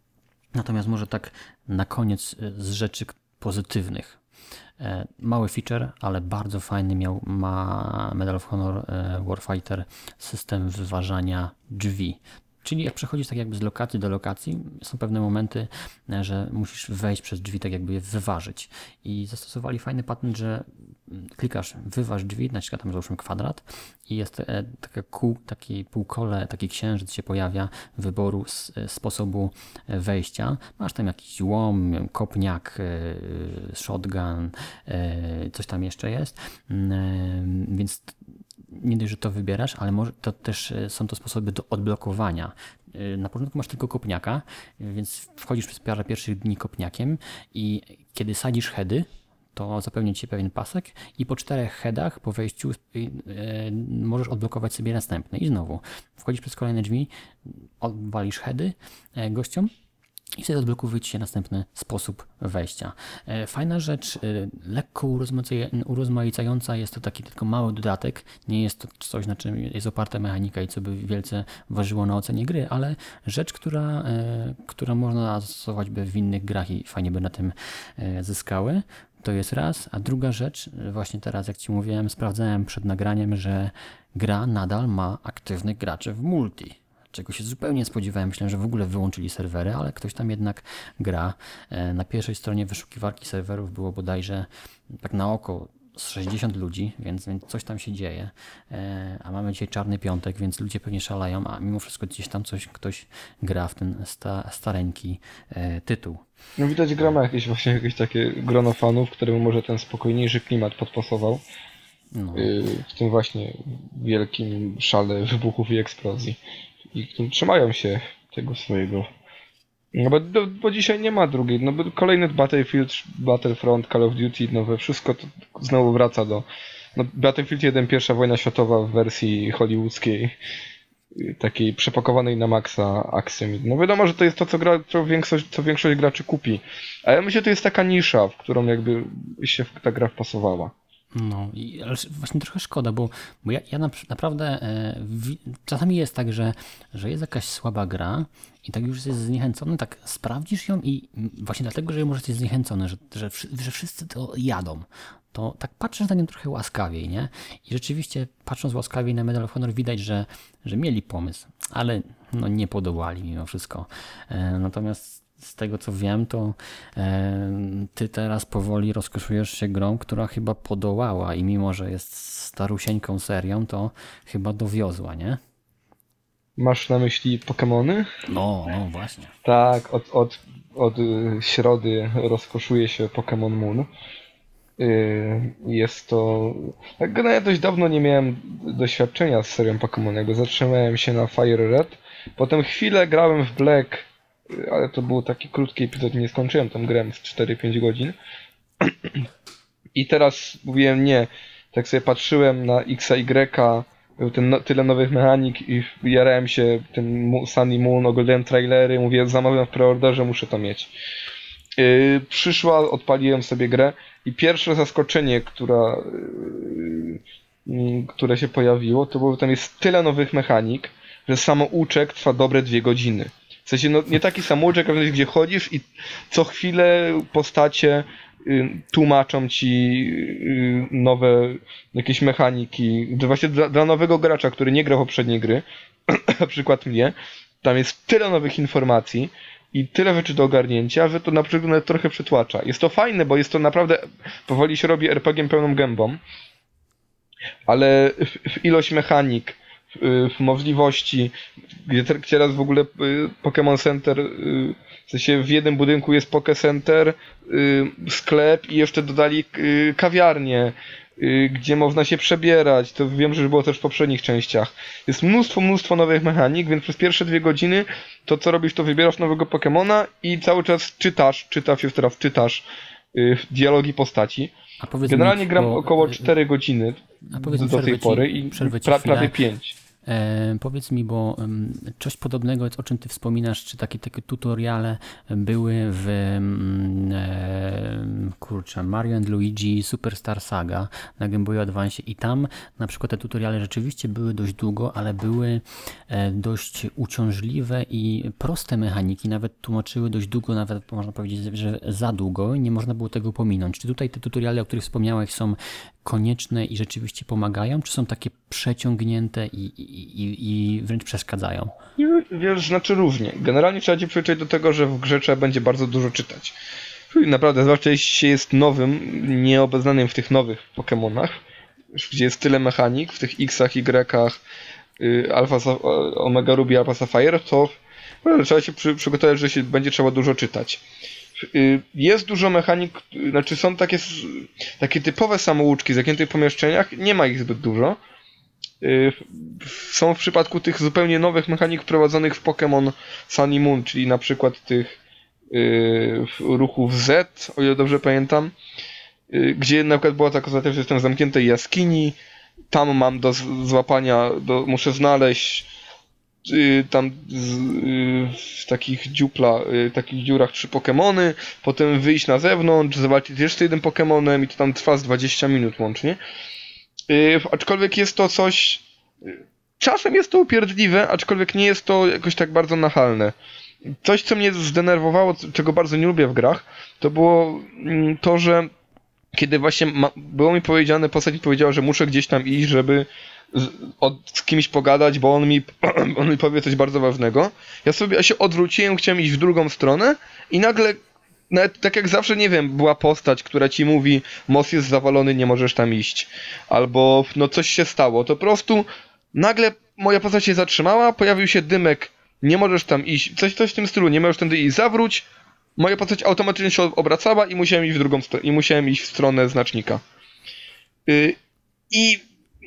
Speaker 2: Natomiast może tak na koniec z rzeczy pozytywnych. Mały feature, ale bardzo fajny miał, ma Medal of Honor Warfighter system wyważania drzwi. Czyli jak przechodzisz tak jakby z lokacji do lokacji, są pewne momenty, że musisz wejść przez drzwi, tak jakby je wyważyć. I zastosowali fajny patent, że klikasz wyważ drzwi, na przykład tam załóżmy kwadrat i jest taka kół, taki półkole, taki księżyc się pojawia wyboru sposobu wejścia. Masz tam jakiś łom, kopniak, shotgun, coś tam jeszcze jest, więc nie dość, że to wybierasz, ale może to też są to sposoby do odblokowania. Na początku masz tylko kopniaka, więc wchodzisz przez parę pierwszych dni kopniakiem i kiedy sadzisz heady, to zapewni ci pewien pasek i po czterech headach po wejściu yy, możesz odblokować sobie następny i znowu wchodzisz przez kolejne drzwi, odwalisz heady yy, gościom i wtedy odblokowuje ci się następny sposób wejścia. Fajna rzecz, lekko urozmaicająca, jest to taki tylko mały dodatek. Nie jest to coś, na czym jest oparta mechanika i co by wielce ważyło na ocenie gry, ale rzecz, która, która można zastosować by w innych grach i fajnie by na tym zyskały. To jest raz. A druga rzecz, właśnie teraz jak Ci mówiłem, sprawdzałem przed nagraniem, że gra nadal ma aktywnych graczy w multi. Czego się zupełnie nie spodziewałem. Myślałem, że w ogóle wyłączyli serwery, ale ktoś tam jednak gra. Na pierwszej stronie wyszukiwarki serwerów było bodajże tak na oko z sześćdziesiąt ludzi, więc, więc coś tam się dzieje. A mamy dzisiaj czarny piątek, więc ludzie pewnie szalają, a mimo wszystko gdzieś tam coś ktoś gra w ten sta, stareńki tytuł.
Speaker 3: No widać, gra ma jakieś właśnie jakieś takie grono fanów, któremu może ten spokojniejszy klimat podpasował. No. W tym właśnie wielkim szale wybuchów i eksplozji. I którzy trzymają się tego swojego. No bo, do, bo dzisiaj nie ma drugiej. No bo kolejny Battlefield, Battlefront, Call of Duty, no we wszystko to znowu wraca do. No Battlefield jeden, pierwsza wojna światowa w wersji hollywoodzkiej, takiej przepakowanej na maksa akcją. No wiadomo, że to jest to, co, gra, co, większość, co większość graczy kupi. Ale ja myślę, że to jest taka nisza, w którą jakby się ta gra wpasowała.
Speaker 2: No i ale właśnie trochę szkoda, bo, bo ja, ja naprawdę e, w, czasami jest tak, że, że jest jakaś słaba gra i tak już jesteś zniechęcony, tak sprawdzisz ją i właśnie dlatego, że może jesteś zniechęcony, że, że, że wszyscy to jadą, to tak patrzysz na nią trochę łaskawiej, nie? I rzeczywiście patrząc łaskawiej na Medal of Honor widać, że, że mieli pomysł, ale no, nie podołali mimo wszystko. E, natomiast z tego co wiem, to e, ty teraz powoli rozkoszujesz się grą, która chyba podołała i mimo, że jest starusieńką serią, to chyba dowiozła, nie?
Speaker 3: Masz na myśli Pokemony?
Speaker 2: No, no właśnie.
Speaker 3: Tak, od, od, od środy rozkoszuje się Pokémon Moon. Jest to... Generalnie dość dawno nie miałem doświadczenia z serią Pokémon, jakby zatrzymałem się na Fire Red. Potem chwilę grałem w Black, ale to był taki krótki epizod, nie skończyłem tam grałem z cztery pięć godzin. I teraz mówiłem nie. Tak sobie patrzyłem na X Y, był ten no, tyle nowych mechanik i jarałem się tym Sunny Moon, oglądałem trailery, mówię zamawiam w preorderze, muszę to mieć. Yy, przyszła, odpaliłem sobie grę i pierwsze zaskoczenie, która, yy, które się pojawiło, to było, że tam jest tyle nowych mechanik, że samouczek trwa dobre dwie godziny. W sensie, no, nie taki samouczek, gdzie chodzisz i co chwilę postacie y, tłumaczą ci y, nowe jakieś mechaniki. Właśnie dla, dla nowego gracza, który nie gra w poprzedniej gry, na przykład mnie, tam jest tyle nowych informacji i tyle rzeczy do ogarnięcia, że to na przykład nawet trochę przytłacza. Jest to fajne, bo jest to naprawdę, powoli się robi er pe gie pełną gębą, ale w, w ilość mechanik, w możliwości, gdzie teraz w ogóle Pokémon Center, w sensie w jednym budynku jest Poké Center, sklep i jeszcze dodali kawiarnię, gdzie można się przebierać. To wiem, że było też w poprzednich częściach. Jest mnóstwo, mnóstwo nowych mechanik, więc przez pierwsze dwie godziny to co robisz, to wybierasz nowego Pokémona i cały czas czytasz, czytasz, już teraz czytasz dialogi postaci. Generalnie mi, gram bo... około cztery godziny do tej
Speaker 2: ci,
Speaker 3: pory i pra, prawie pięć.
Speaker 2: E, powiedz mi, bo em, coś podobnego, o czym ty wspominasz, czy takie, takie tutoriale były w mm, e, kurczę, Mario and Luigi Superstar Saga na Game Boy Advance i tam na przykład te tutoriale rzeczywiście były dość długo, ale były e, dość uciążliwe i proste mechaniki, nawet tłumaczyły dość długo, nawet można powiedzieć, że za długo, nie można było tego pominąć. Czy tutaj te tutoriale, o których wspomniałeś, są konieczne i rzeczywiście pomagają, czy są takie przeciągnięte i, i, i, i wręcz przeszkadzają?
Speaker 3: Wiesz, znaczy różnie. Generalnie trzeba się przyzwyczaić do tego, że w grze trzeba będzie bardzo dużo czytać. I naprawdę, zwłaszcza jeśli się jest nowym, nieobeznanym w tych nowych Pokemonach, gdzie jest tyle mechanik, w tych X-ach, Y-ach, y, Alpha, Omega Ruby, Alpha Sapphire, to no, trzeba się przy, przygotować, że się będzie trzeba dużo czytać. Y, jest dużo mechanik, znaczy są takie, takie typowe samouczki w zamkniętych pomieszczeniach, nie ma ich zbyt dużo. Y, są w przypadku tych zupełnie nowych mechanik wprowadzonych w Pokémon Sun i Moon, czyli na przykład tych y, ruchów Z, o ile dobrze pamiętam, y, gdzie na przykład była taka sytuacja, że jestem w zamkniętej jaskini, tam mam do z- złapania, do, muszę znaleźć y, tam z, y, w takich dziupla, y, takich dziurach trzy Pokemony, potem wyjść na zewnątrz, zobaczyć jeszcze jeden Pokemonem i to tam trwa z dwadzieścia minut łącznie. Yy, aczkolwiek jest to coś... Czasem jest to upierdliwe, aczkolwiek nie jest to jakoś tak bardzo nachalne. Coś, co mnie zdenerwowało, c- czego bardzo nie lubię w grach, to było mm, to, że kiedy właśnie ma, było mi powiedziane, postać mi powiedziała, że muszę gdzieś tam iść, żeby z, od, z kimś pogadać, bo on mi, on mi powie coś bardzo ważnego. Ja sobie ja się odwróciłem, chciałem iść w drugą stronę i nagle, nawet tak jak zawsze, nie wiem, była postać, która ci mówi, most jest zawalony, nie możesz tam iść. Albo no coś się stało. To po prostu nagle moja postać się zatrzymała, pojawił się dymek, nie możesz tam iść. Coś, coś w tym stylu, nie możesz tędy iść, zawróć. Moja postać automatycznie się obracała i musiałem iść w drugą stronę, i musiałem iść w stronę znacznika. Yy, I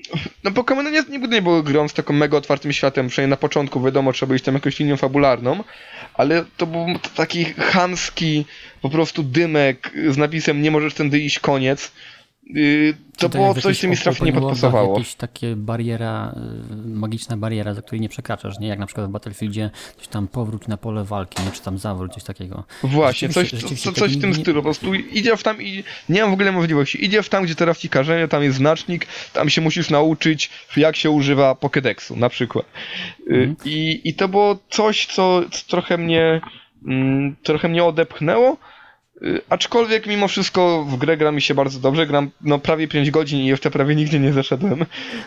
Speaker 3: no Pokémony nie, nigdy nie były grą z taką mega otwartym światem, przynajmniej na początku, wiadomo, trzeba iść tam jakąś linią fabularną, ale to był t- taki chamski po prostu dymek z napisem nie możesz tędy iść, koniec. Yy, to
Speaker 2: Czy
Speaker 3: było
Speaker 2: jak w
Speaker 3: coś,
Speaker 2: jakichś
Speaker 3: co mi strasznie nie
Speaker 2: open worldach
Speaker 3: podpasowało.
Speaker 2: Jakieś takie bariera, y, magiczna bariera, za której nie przekraczasz, nie? Jak na przykład w Battlefieldzie coś tam powróć na pole walki, nie? Czy tam zawróć, coś takiego.
Speaker 3: Właśnie, coś,
Speaker 2: Rzeczywiście-
Speaker 3: co,
Speaker 2: rzeczywiście
Speaker 3: co, coś w
Speaker 2: tego
Speaker 3: tym
Speaker 2: nie-
Speaker 3: stylu. Po prostu idziesz tam i nie mam w ogóle możliwości. Idziesz tam, gdzie teraz ci każemy, tam jest znacznik, tam się musisz nauczyć, jak się używa Pokédexu, na przykład. Y,
Speaker 2: Mhm.
Speaker 3: I, I to było coś, co, co trochę mnie mm, trochę mnie odepchnęło. Y, Aczkolwiek mimo wszystko w grę gra mi się bardzo dobrze. Gram no, prawie pięć godzin i jeszcze prawie nigdzie nie zeszedłem,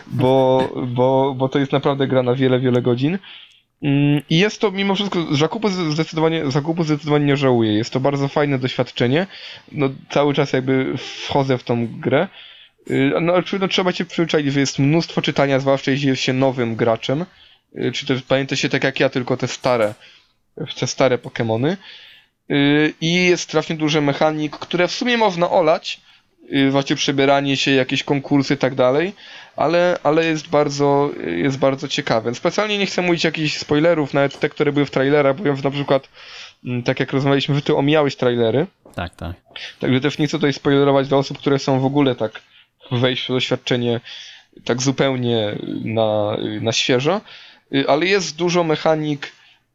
Speaker 3: bo, bo, bo to jest naprawdę gra na wiele, wiele godzin. Mm, I jest to mimo wszystko, zakupu zdecydowanie, zakupu zdecydowanie nie żałuję. Jest to bardzo fajne doświadczenie. No, cały czas jakby wchodzę w tą grę. Y, No, ale no, trzeba się przyzwyczaić, że jest mnóstwo czytania, zwłaszcza jeśli jest się nowym graczem. Y, Czy też pamięta się tak jak ja, tylko te stare, te stare Pokemony. Y, I jest strasznie dużo mechanik, które w sumie można olać. y, Właśnie przebieranie się, jakieś konkursy i tak dalej. Ale, ale jest bardzo, jest bardzo ciekawe. Specjalnie nie chcę mówić jakichś spoilerów, nawet te, które były w trailerach, bo na przykład, mm, tak jak rozmawialiśmy, że ty omijałeś trailery.
Speaker 2: Tak, tak.
Speaker 3: Także też nie chcę tutaj spoilerować dla osób, które są w ogóle tak wejść w to doświadczenie tak zupełnie na, na świeżo, Y, ale jest dużo mechanik,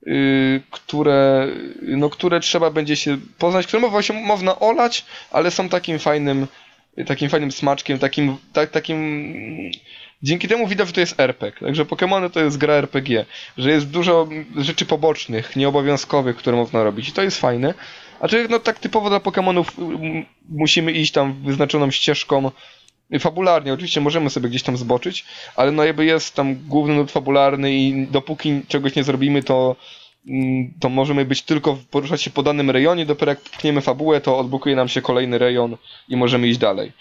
Speaker 3: y, które, no, które trzeba będzie się poznać, które właśnie można olać, ale są takim fajnym, takim fajnym smaczkiem, takim, tak, takim... Dzięki temu widać, że to jest er pe gie. Także Pokémony to jest gra er pe gie, że jest dużo rzeczy pobocznych, nieobowiązkowych, które można robić i to jest fajne. A czy no tak typowo dla Pokémonów mm, musimy iść tam wyznaczoną ścieżką fabularnie. Oczywiście możemy sobie gdzieś tam zboczyć, ale no jakby jest tam główny nurt fabularny i dopóki czegoś nie zrobimy, to mm, to możemy być tylko poruszać się po danym rejonie, dopiero jak pchniemy fabułę, to odblokuje nam się kolejny rejon i możemy iść dalej.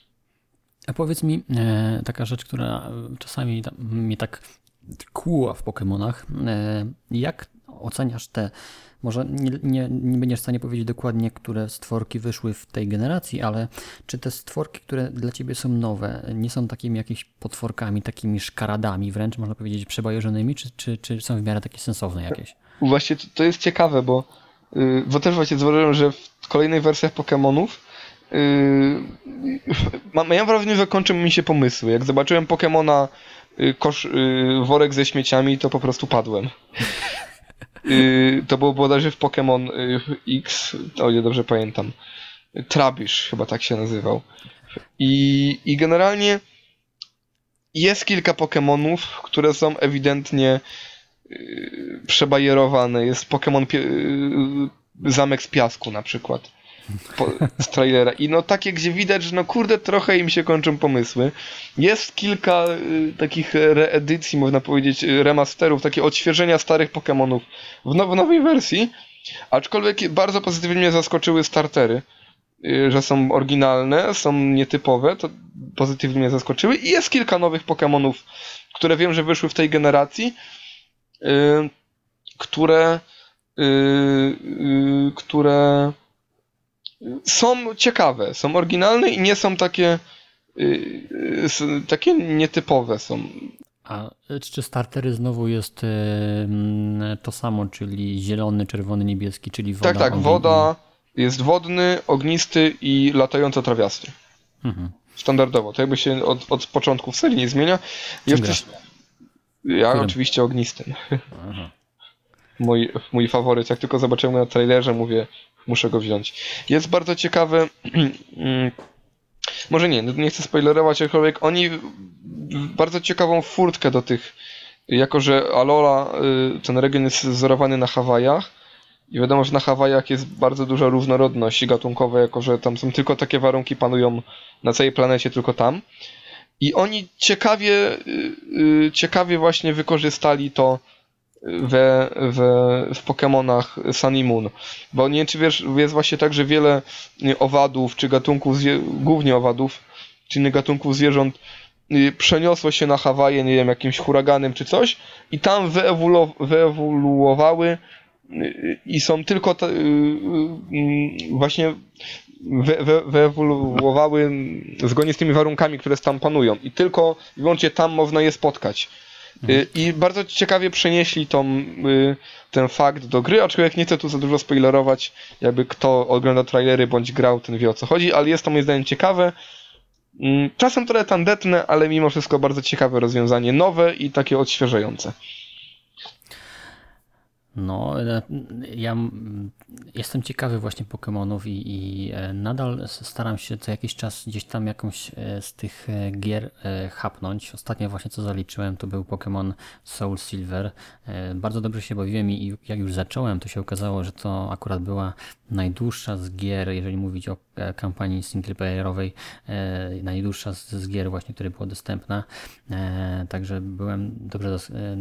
Speaker 2: A powiedz mi, e, taka rzecz, która e, czasami tam, mnie tak kłuła w Pokemonach, e, jak oceniasz te, może nie, nie, nie będziesz w stanie powiedzieć dokładnie, które stworki wyszły w tej generacji, ale czy te stworki, które dla ciebie są nowe, nie są takimi jakimiś potworkami, takimi szkaradami wręcz, można powiedzieć, przebajeżonymi, czy, czy, czy są w miarę takie sensowne jakieś?
Speaker 3: Właśnie to, to jest ciekawe, bo, yy, bo też właśnie zauważyłem, że w kolejnych wersjach Pokémonów yy, mam, miałem wrażenie, że kończą mi się pomysły. Jak zobaczyłem Pokémona y, kosz, y, worek ze śmieciami, to po prostu padłem. Y, to było bodajże w Pokémon y, X, o ile dobrze pamiętam. Trubbish chyba tak się nazywał. I, i generalnie jest kilka Pokémonów, które są ewidentnie y, przebajerowane. Jest Pokémon pie- y, Zamek z Piasku na przykład. Po, z trailera. I no takie, gdzie widać, że no kurde, trochę im się kończą pomysły. Jest kilka y, takich reedycji, można powiedzieć, y, remasterów, takie odświeżenia starych Pokémonów w, now, w nowej wersji. Aczkolwiek bardzo pozytywnie mnie zaskoczyły startery, y, że są oryginalne, są nietypowe, to pozytywnie mnie zaskoczyły. I jest kilka nowych Pokémonów, które wiem, że wyszły w tej generacji, y, które y, y, które są ciekawe, są oryginalne i nie są takie yy, yy, takie nietypowe są.
Speaker 2: A czy startery znowu jest yy, to samo, czyli zielony, czerwony, niebieski, czyli woda?
Speaker 3: Tak, tak,
Speaker 2: ogień
Speaker 3: woda, jest wodny, ognisty i latająco trawiasty.
Speaker 2: i... Mhm.
Speaker 3: Standardowo, to jakby się od, od początku w serii nie zmienia. Jeszcze
Speaker 2: grasz?
Speaker 3: ja
Speaker 2: Którym?
Speaker 3: oczywiście ognistym.
Speaker 2: Aha.
Speaker 3: Mój, mój faworyt, jak tylko zobaczyłem go na trailerze, mówię, muszę go wziąć. Jest bardzo ciekawy. Może nie, nie chcę spoilerować, jakkolwiek oni bardzo ciekawą furtkę do tych, jako że Alola, ten region jest wzorowany na Hawajach i wiadomo, że na Hawajach jest bardzo duża różnorodność gatunkowa, jako że tam są tylko takie warunki panują na całej planecie, tylko tam. I oni ciekawie, ciekawie właśnie wykorzystali to we, we, w Pokémonach Sun i Moon. Bo nie wiem, czy wiesz, jest właśnie tak, że wiele owadów, czy gatunków, głównie owadów, czy innych gatunków zwierząt przeniosło się na Hawaje, nie wiem, jakimś huraganem czy coś i tam wyewolu- wyewoluowały i są tylko te, właśnie wy, wy, wyewoluowały zgodnie z tymi warunkami, które tam panują i tylko i wyłącznie tam można je spotkać. I bardzo ciekawie przenieśli tą, ten fakt do gry, aczkolwiek nie chcę tu za dużo spoilerować, jakby kto ogląda trailery bądź grał, ten wie o co chodzi, ale jest to moim zdaniem ciekawe. Czasem trochę tandetne, ale mimo wszystko bardzo ciekawe rozwiązanie, nowe i takie odświeżające.
Speaker 2: No, ja jestem ciekawy właśnie Pokemonów i, i nadal staram się co jakiś czas gdzieś tam jakąś z tych gier chapnąć. Ostatnio właśnie co zaliczyłem to był Pokémon Soul Silver. Bardzo dobrze się bawiłem i jak już zacząłem, to się okazało, że to akurat była najdłuższa z gier, jeżeli mówić o kampanii singleplayerowej, najdłuższa z, z gier właśnie, która była dostępna. Także byłem dobrze,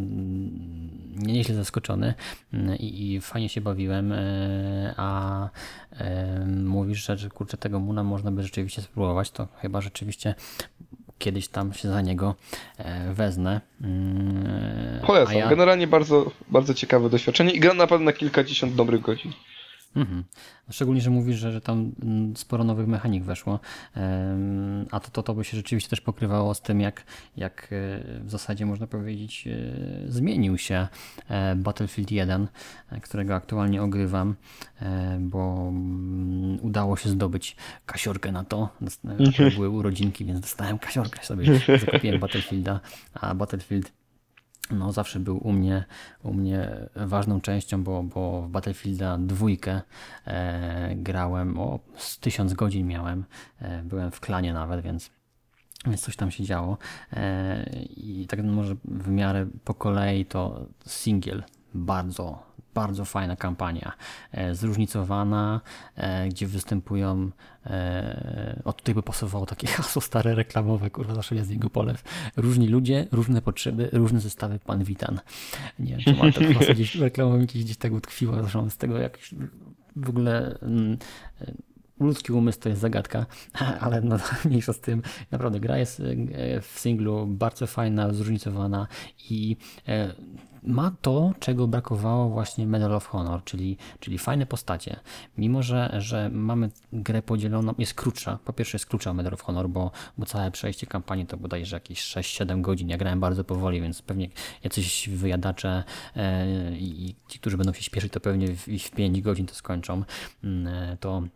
Speaker 2: nie nieźle zaskoczony. I, i fajnie się bawiłem, a e, mówisz, że, że kurczę, tego Muna można by rzeczywiście spróbować, to chyba rzeczywiście kiedyś tam się za niego e, wezmę. E,
Speaker 3: Polecam,
Speaker 2: ja...
Speaker 3: generalnie bardzo, bardzo ciekawe doświadczenie i gra naprawdę na kilkadziesiąt dobrych godzin.
Speaker 2: Mhm. Szczególnie, że mówisz, że, że tam sporo nowych mechanik weszło, a to, to, to by się rzeczywiście też pokrywało z tym, jak, jak w zasadzie można powiedzieć zmienił się Battlefield jeden, którego aktualnie ogrywam, bo udało się zdobyć kasiorkę na to. Były urodzinki, więc dostałem kasiorkę sobie, zakupiłem Battlefielda, a Battlefield no zawsze był u mnie, u mnie ważną częścią, bo, bo w Battlefielda dwójkę e, grałem, o z tysiąc godzin miałem, e, byłem w klanie nawet, więc, więc coś tam się działo. E, I tak może w miarę po kolei to single bardzo bardzo fajna kampania, e, zróżnicowana, e, gdzie występują, e, o tutaj by pasowało takie hasło stare reklamowe, kurwa, zawsze jest z niego polew. Różni ludzie, różne potrzeby, różne zestawy, pan Witan. Nie wiem, czy mam to hasło gdzieś reklamowym gdzieś tak utkwiło, zresztą z tego jak w ogóle mm, ludzki umysł to jest zagadka, ale no mniejsza z tym, naprawdę gra jest w singlu bardzo fajna, zróżnicowana i e, ma to, czego brakowało właśnie Medal of Honor, czyli, czyli fajne postacie. Mimo, że, że mamy grę podzieloną, jest krótsza. Po pierwsze jest krótsza Medal of Honor, bo, bo całe przejście kampanii to bodajże jakieś sześć siedem godzin. Ja grałem bardzo powoli, więc pewnie jacyś wyjadacze e, i ci, którzy będą się śpieszyć, to pewnie w, w pięć godzin to skończą. E, to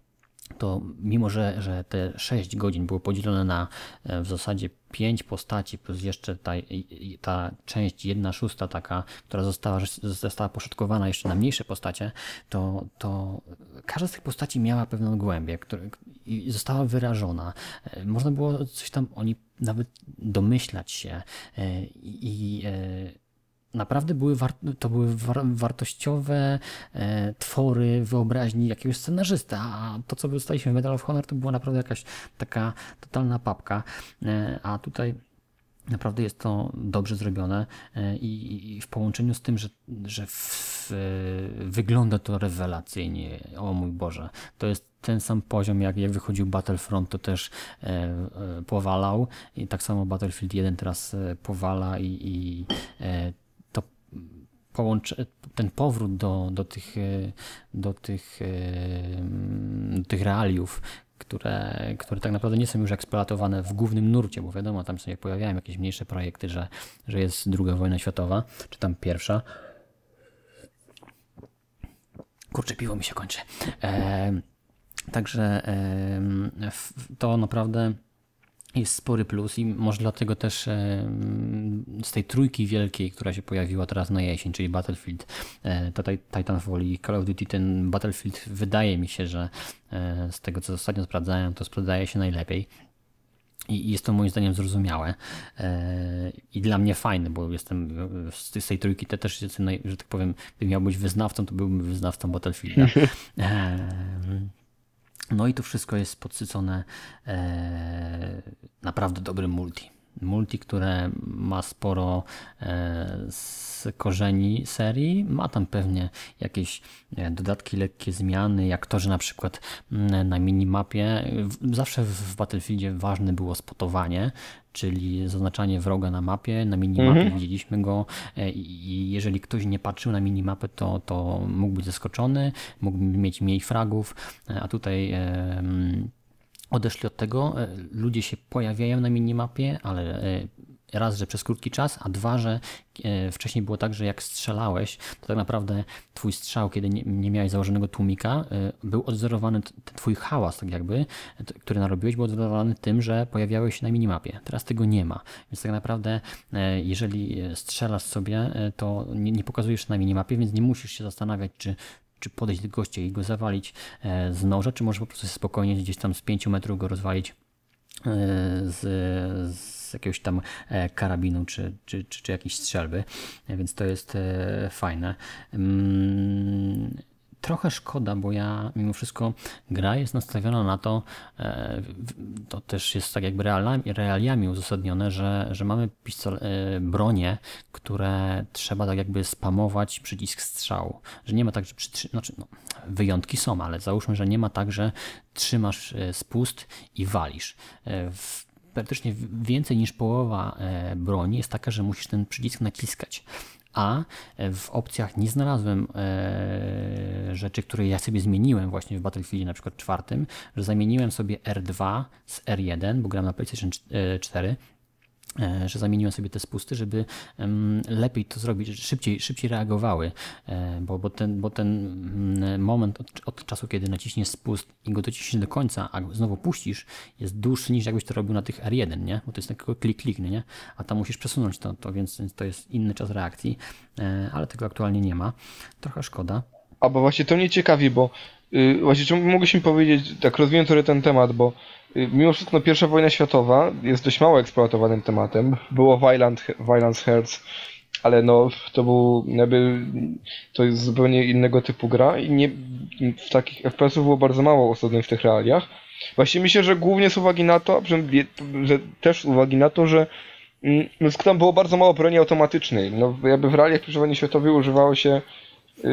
Speaker 2: to mimo, że, że te sześć godzin było podzielone na e, w zasadzie pięć postaci, plus jeszcze ta, i- ta część jedna szósta taka, która została, została poszatkowana jeszcze na mniejsze postacie, to, to każda z tych postaci miała pewną głębię, która, i została wyrażona. E, Można było coś tam o niej nawet domyślać się e, i e, naprawdę były war- to były war- wartościowe e, twory wyobraźni jakiegoś scenarzysta, a to, co dostaliśmy w Medal of Honor, to była naprawdę jakaś taka totalna papka, e, a tutaj naprawdę jest to dobrze zrobione e, i, i w połączeniu z tym, że, że w, e, wygląda to rewelacyjnie, o mój Boże, to jest ten sam poziom, jak, jak wychodził Battlefront, to też e, e, powalał i tak samo Battlefield jeden teraz e, powala i, i e, to połącze, ten powrót do, do, tych, e, do, tych, e, do tych realiów, które, które tak naprawdę nie są już eksploatowane w głównym nurcie, bo wiadomo, tam sobie pojawiają jakieś mniejsze projekty, że, że jest druga wojna światowa, czy tam pierwsza. Kurczę, piwo mi się kończy. E, także e, to naprawdę jest spory plus i może dlatego też e, z tej trójki wielkiej, która się pojawiła teraz na jesień, czyli Battlefield, e, to Titanfall i Call of Duty, ten Battlefield wydaje mi się, że e, z tego co ostatnio sprawdzałem, to sprzedaje się najlepiej. I jest to moim zdaniem zrozumiałe e, i dla mnie fajne, bo jestem z tej, z tej trójki te też, jestem, naj- że tak powiem, gdybym miał być wyznawcą, to byłbym wyznawcą Battlefielda. E, no i to wszystko jest podsycone e, naprawdę dobrym multi. Multi, które ma sporo e, z korzeni serii, ma tam pewnie jakieś e, dodatki, lekkie zmiany, jak to, że na przykład m, na minimapie, w- zawsze w Battlefieldzie ważne było spotowanie, czyli zaznaczanie wroga na mapie, na minimapie
Speaker 3: Mhm.
Speaker 2: widzieliśmy go e, i i jeżeli ktoś nie patrzył na minimapę, to, to mógł być zaskoczony, mógł mieć mniej fragów, e, a tutaj em, odeszli od tego. e, Ludzie się pojawiają na minimapie, ale e, raz, że przez krótki czas, a dwa, że e, wcześniej było tak, że jak strzelałeś, to tak naprawdę twój strzał, kiedy nie, nie miałeś założonego tłumika, e, był odzorowany, t- ten twój hałas, tak jakby, t- który narobiłeś, był odzorowany tym, że pojawiałeś się na minimapie. Teraz tego nie ma. Więc tak naprawdę, e, jeżeli e, strzelasz sobie, e, to nie, nie pokazujesz się na minimapie, więc nie musisz się zastanawiać, czy czy podejść do gościa i go zawalić e, z noża, czy może po prostu spokojnie gdzieś tam z pięciu metrów go rozwalić e, z, z jakiegoś tam e, karabinu, czy, czy, czy, czy jakiejś strzelby, E, więc to jest e, fajne. Mm, Trochę szkoda, bo ja mimo wszystko gra jest nastawiona na to, e, w- to też jest tak jakby realiami, realiami uzasadnione, że, że mamy pistol, e, bronie, które trzeba tak jakby spamować przycisk strzału. Że nie ma tak, że przy, znaczy, no, wyjątki są, ale załóżmy, że nie ma tak, że trzymasz e, spust i walisz. E, w, praktycznie w- więcej niż połowa e, broni jest taka, że musisz ten przycisk naciskać. A e, w opcjach nie znalazłem e, rzeczy, które ja sobie zmieniłem właśnie w Battlefieldzie na przykład czwartym, że zamieniłem sobie R dwa z R jeden, bo gram na PlayStation cztery, e, że zamieniłem sobie te spusty, żeby em, lepiej to zrobić, że szybciej, szybciej reagowały, e, bo, bo ten, bo ten mm, moment od, od czasu, kiedy naciśniesz spust i go dociśniesz do końca, a znowu puścisz, jest dłuższy niż jakbyś to robił na tych R jeden, nie? Bo to jest tylko klik, klik, nie? A tam musisz przesunąć to, to więc to jest inny czas reakcji, e, ale tego aktualnie nie ma. Trochę szkoda.
Speaker 3: A bo właśnie to mnie ciekawi, bo y, właśnie czy mogłeś mi powiedzieć, tak rozwijam trochę ten temat, bo y, mimo wszystko no, pierwsza wojna światowa jest dość mało eksploatowanym tematem. Było Violent, Violence Hearts, ale no to był jakby, to jest zupełnie innego typu gra i nie, w takich F P S-ów było bardzo mało osadzonych w tych realiach. Właśnie myślę, że głównie z uwagi na to, że, że też z uwagi na to, że mm, no, tam było bardzo mało broni automatycznej. No jakby w realiach pierwszej wojny światowej używało się Yy,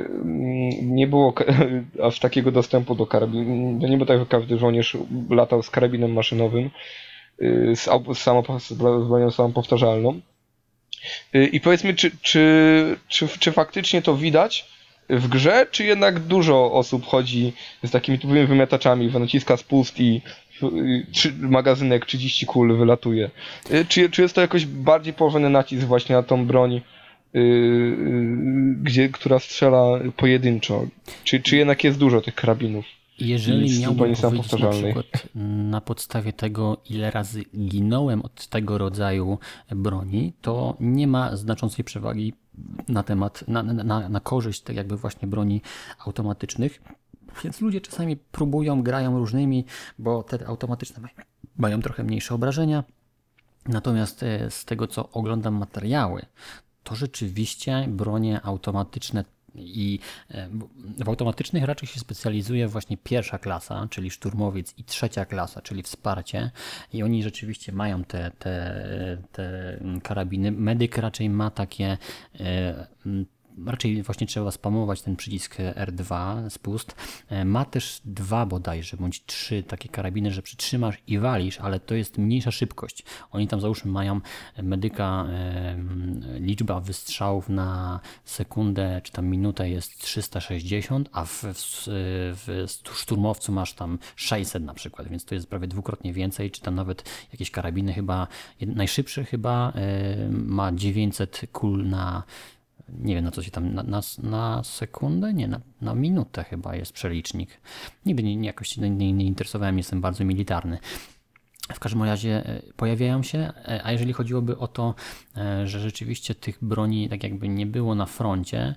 Speaker 3: nie było ka- aż takiego dostępu do karabinu. To nie było tak, że każdy żołnierz latał z karabinem maszynowym, yy, z, au- z, samopo- z bronią samopowtarzalną. Yy, I powiedz mi, czy, czy, czy, czy faktycznie to widać w grze, czy jednak dużo osób chodzi z takimi typowymi wymiataczami, naciska spust i yy, trzy, magazynek trzydzieści kul wylatuje. Yy, czy, czy jest to jakoś bardziej położony nacisk właśnie na tą broń, yy, yy, gdzie, która strzela pojedynczo? Czy, czy jednak jest dużo tych karabinów?
Speaker 2: Jeżeli
Speaker 3: i
Speaker 2: miałbym
Speaker 3: zupełnie sam
Speaker 2: powiedzieć na
Speaker 3: powtarzalnej.
Speaker 2: przykład na podstawie tego, ile razy ginąłem od tego rodzaju broni, to nie ma znaczącej przewagi na temat, na, na, na korzyść tak jakby właśnie broni automatycznych. Więc ludzie czasami próbują, grają różnymi, bo te automatyczne mają, mają trochę mniejsze obrażenia. Natomiast e, z tego, co oglądam materiały, to rzeczywiście bronie automatyczne i e, w automatycznych raczej się specjalizuje właśnie pierwsza klasa, czyli szturmowiec, i trzecia klasa, czyli wsparcie, i oni rzeczywiście mają te, te, te karabiny. Medyk raczej ma takie e, raczej właśnie trzeba spamować ten przycisk R dwa, spust. Ma też dwa bodajże, bądź trzy takie karabiny, że przytrzymasz i walisz, ale to jest mniejsza szybkość. Oni tam załóżmy mają medyka, e, liczba wystrzałów na sekundę czy tam minutę jest trzysta sześćdziesiąt, a w, w, w szturmowcu masz tam sześćset na przykład, więc to jest prawie dwukrotnie więcej, czy tam nawet jakieś karabiny chyba, najszybszy chyba e, ma dziewięćset kul na nie wiem na co się tam, na, na, na sekundę? Nie, na, na minutę chyba jest przelicznik. Nigdy nie, nie, jakoś nie, nie, nie interesowałem, jestem bardzo militarny. W każdym razie pojawiają się, a jeżeli chodziłoby o to, że rzeczywiście tych broni tak jakby nie było na froncie,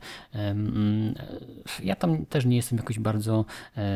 Speaker 2: ja tam też nie jestem jakoś bardzo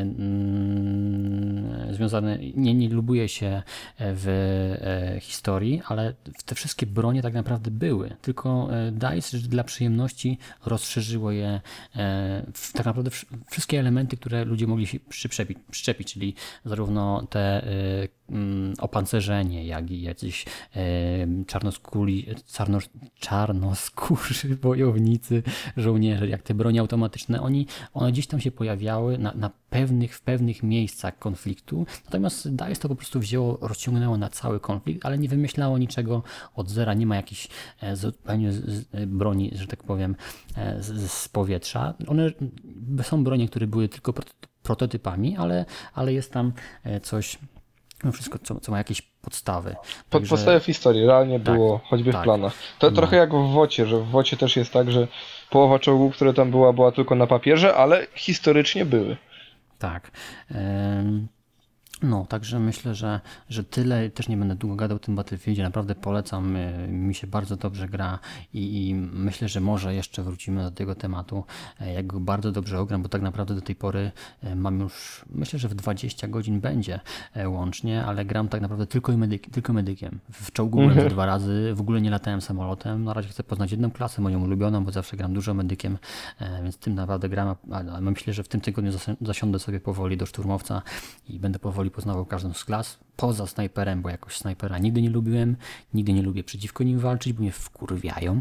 Speaker 2: związany, nie, nie lubuję się w historii, ale te wszystkie bronie tak naprawdę były, tylko DICE dla przyjemności rozszerzyło je w tak naprawdę wszystkie elementy, które ludzie mogli się przyczepić, przyczepić, czyli zarówno te opancerzenie, jak i jacyś e, czarnoskóri, czarno, czarnoskórzy wojownicy, żołnierze, jak te bronie automatyczne, oni, one gdzieś tam się pojawiały na, na pewnych, w pewnych miejscach konfliktu, natomiast DICE to po prostu wzięło, rozciągnęło na cały konflikt, ale nie wymyślało niczego od zera, nie ma jakichś e, zupełnie z, z, broni, że tak powiem, e, z, z powietrza. One są bronie, które były tylko prototypami, ale, ale jest tam e, coś. No wszystko, co, co ma jakieś podstawy.
Speaker 3: Pod,
Speaker 2: Także,
Speaker 3: podstawy w historii realnie
Speaker 2: tak,
Speaker 3: było, choćby
Speaker 2: tak.
Speaker 3: w planach. To
Speaker 2: No.
Speaker 3: trochę jak w WOCie, że w WOCie też jest tak, że połowa czołgów, które tam była, była tylko na papierze, ale historycznie były.
Speaker 2: Tak. Ym... No, także myślę, że, że tyle. Też nie będę długo gadał o tym Battlefieldzie. Naprawdę polecam. Mi się bardzo dobrze gra i, i myślę, że może jeszcze wrócimy do tego tematu, jak go bardzo dobrze ogram, bo tak naprawdę do tej pory mam już, myślę, że w dwadzieścia godzin będzie łącznie, ale gram tak naprawdę tylko, i medyk, tylko medykiem. W czołgu byłem
Speaker 3: Mhm.
Speaker 2: dwa razy, w ogóle nie latałem samolotem. Na razie chcę poznać jedną klasę, moją ulubioną, bo zawsze gram dużo medykiem, więc tym naprawdę gram, ale myślę, że w tym tygodniu zasiądę sobie powoli do szturmowca i będę powoli poznawał każdą z klas, poza snajperem, bo jakoś snajpera nigdy nie lubiłem, nigdy nie lubię przeciwko nim walczyć, bo mnie wkurwiają.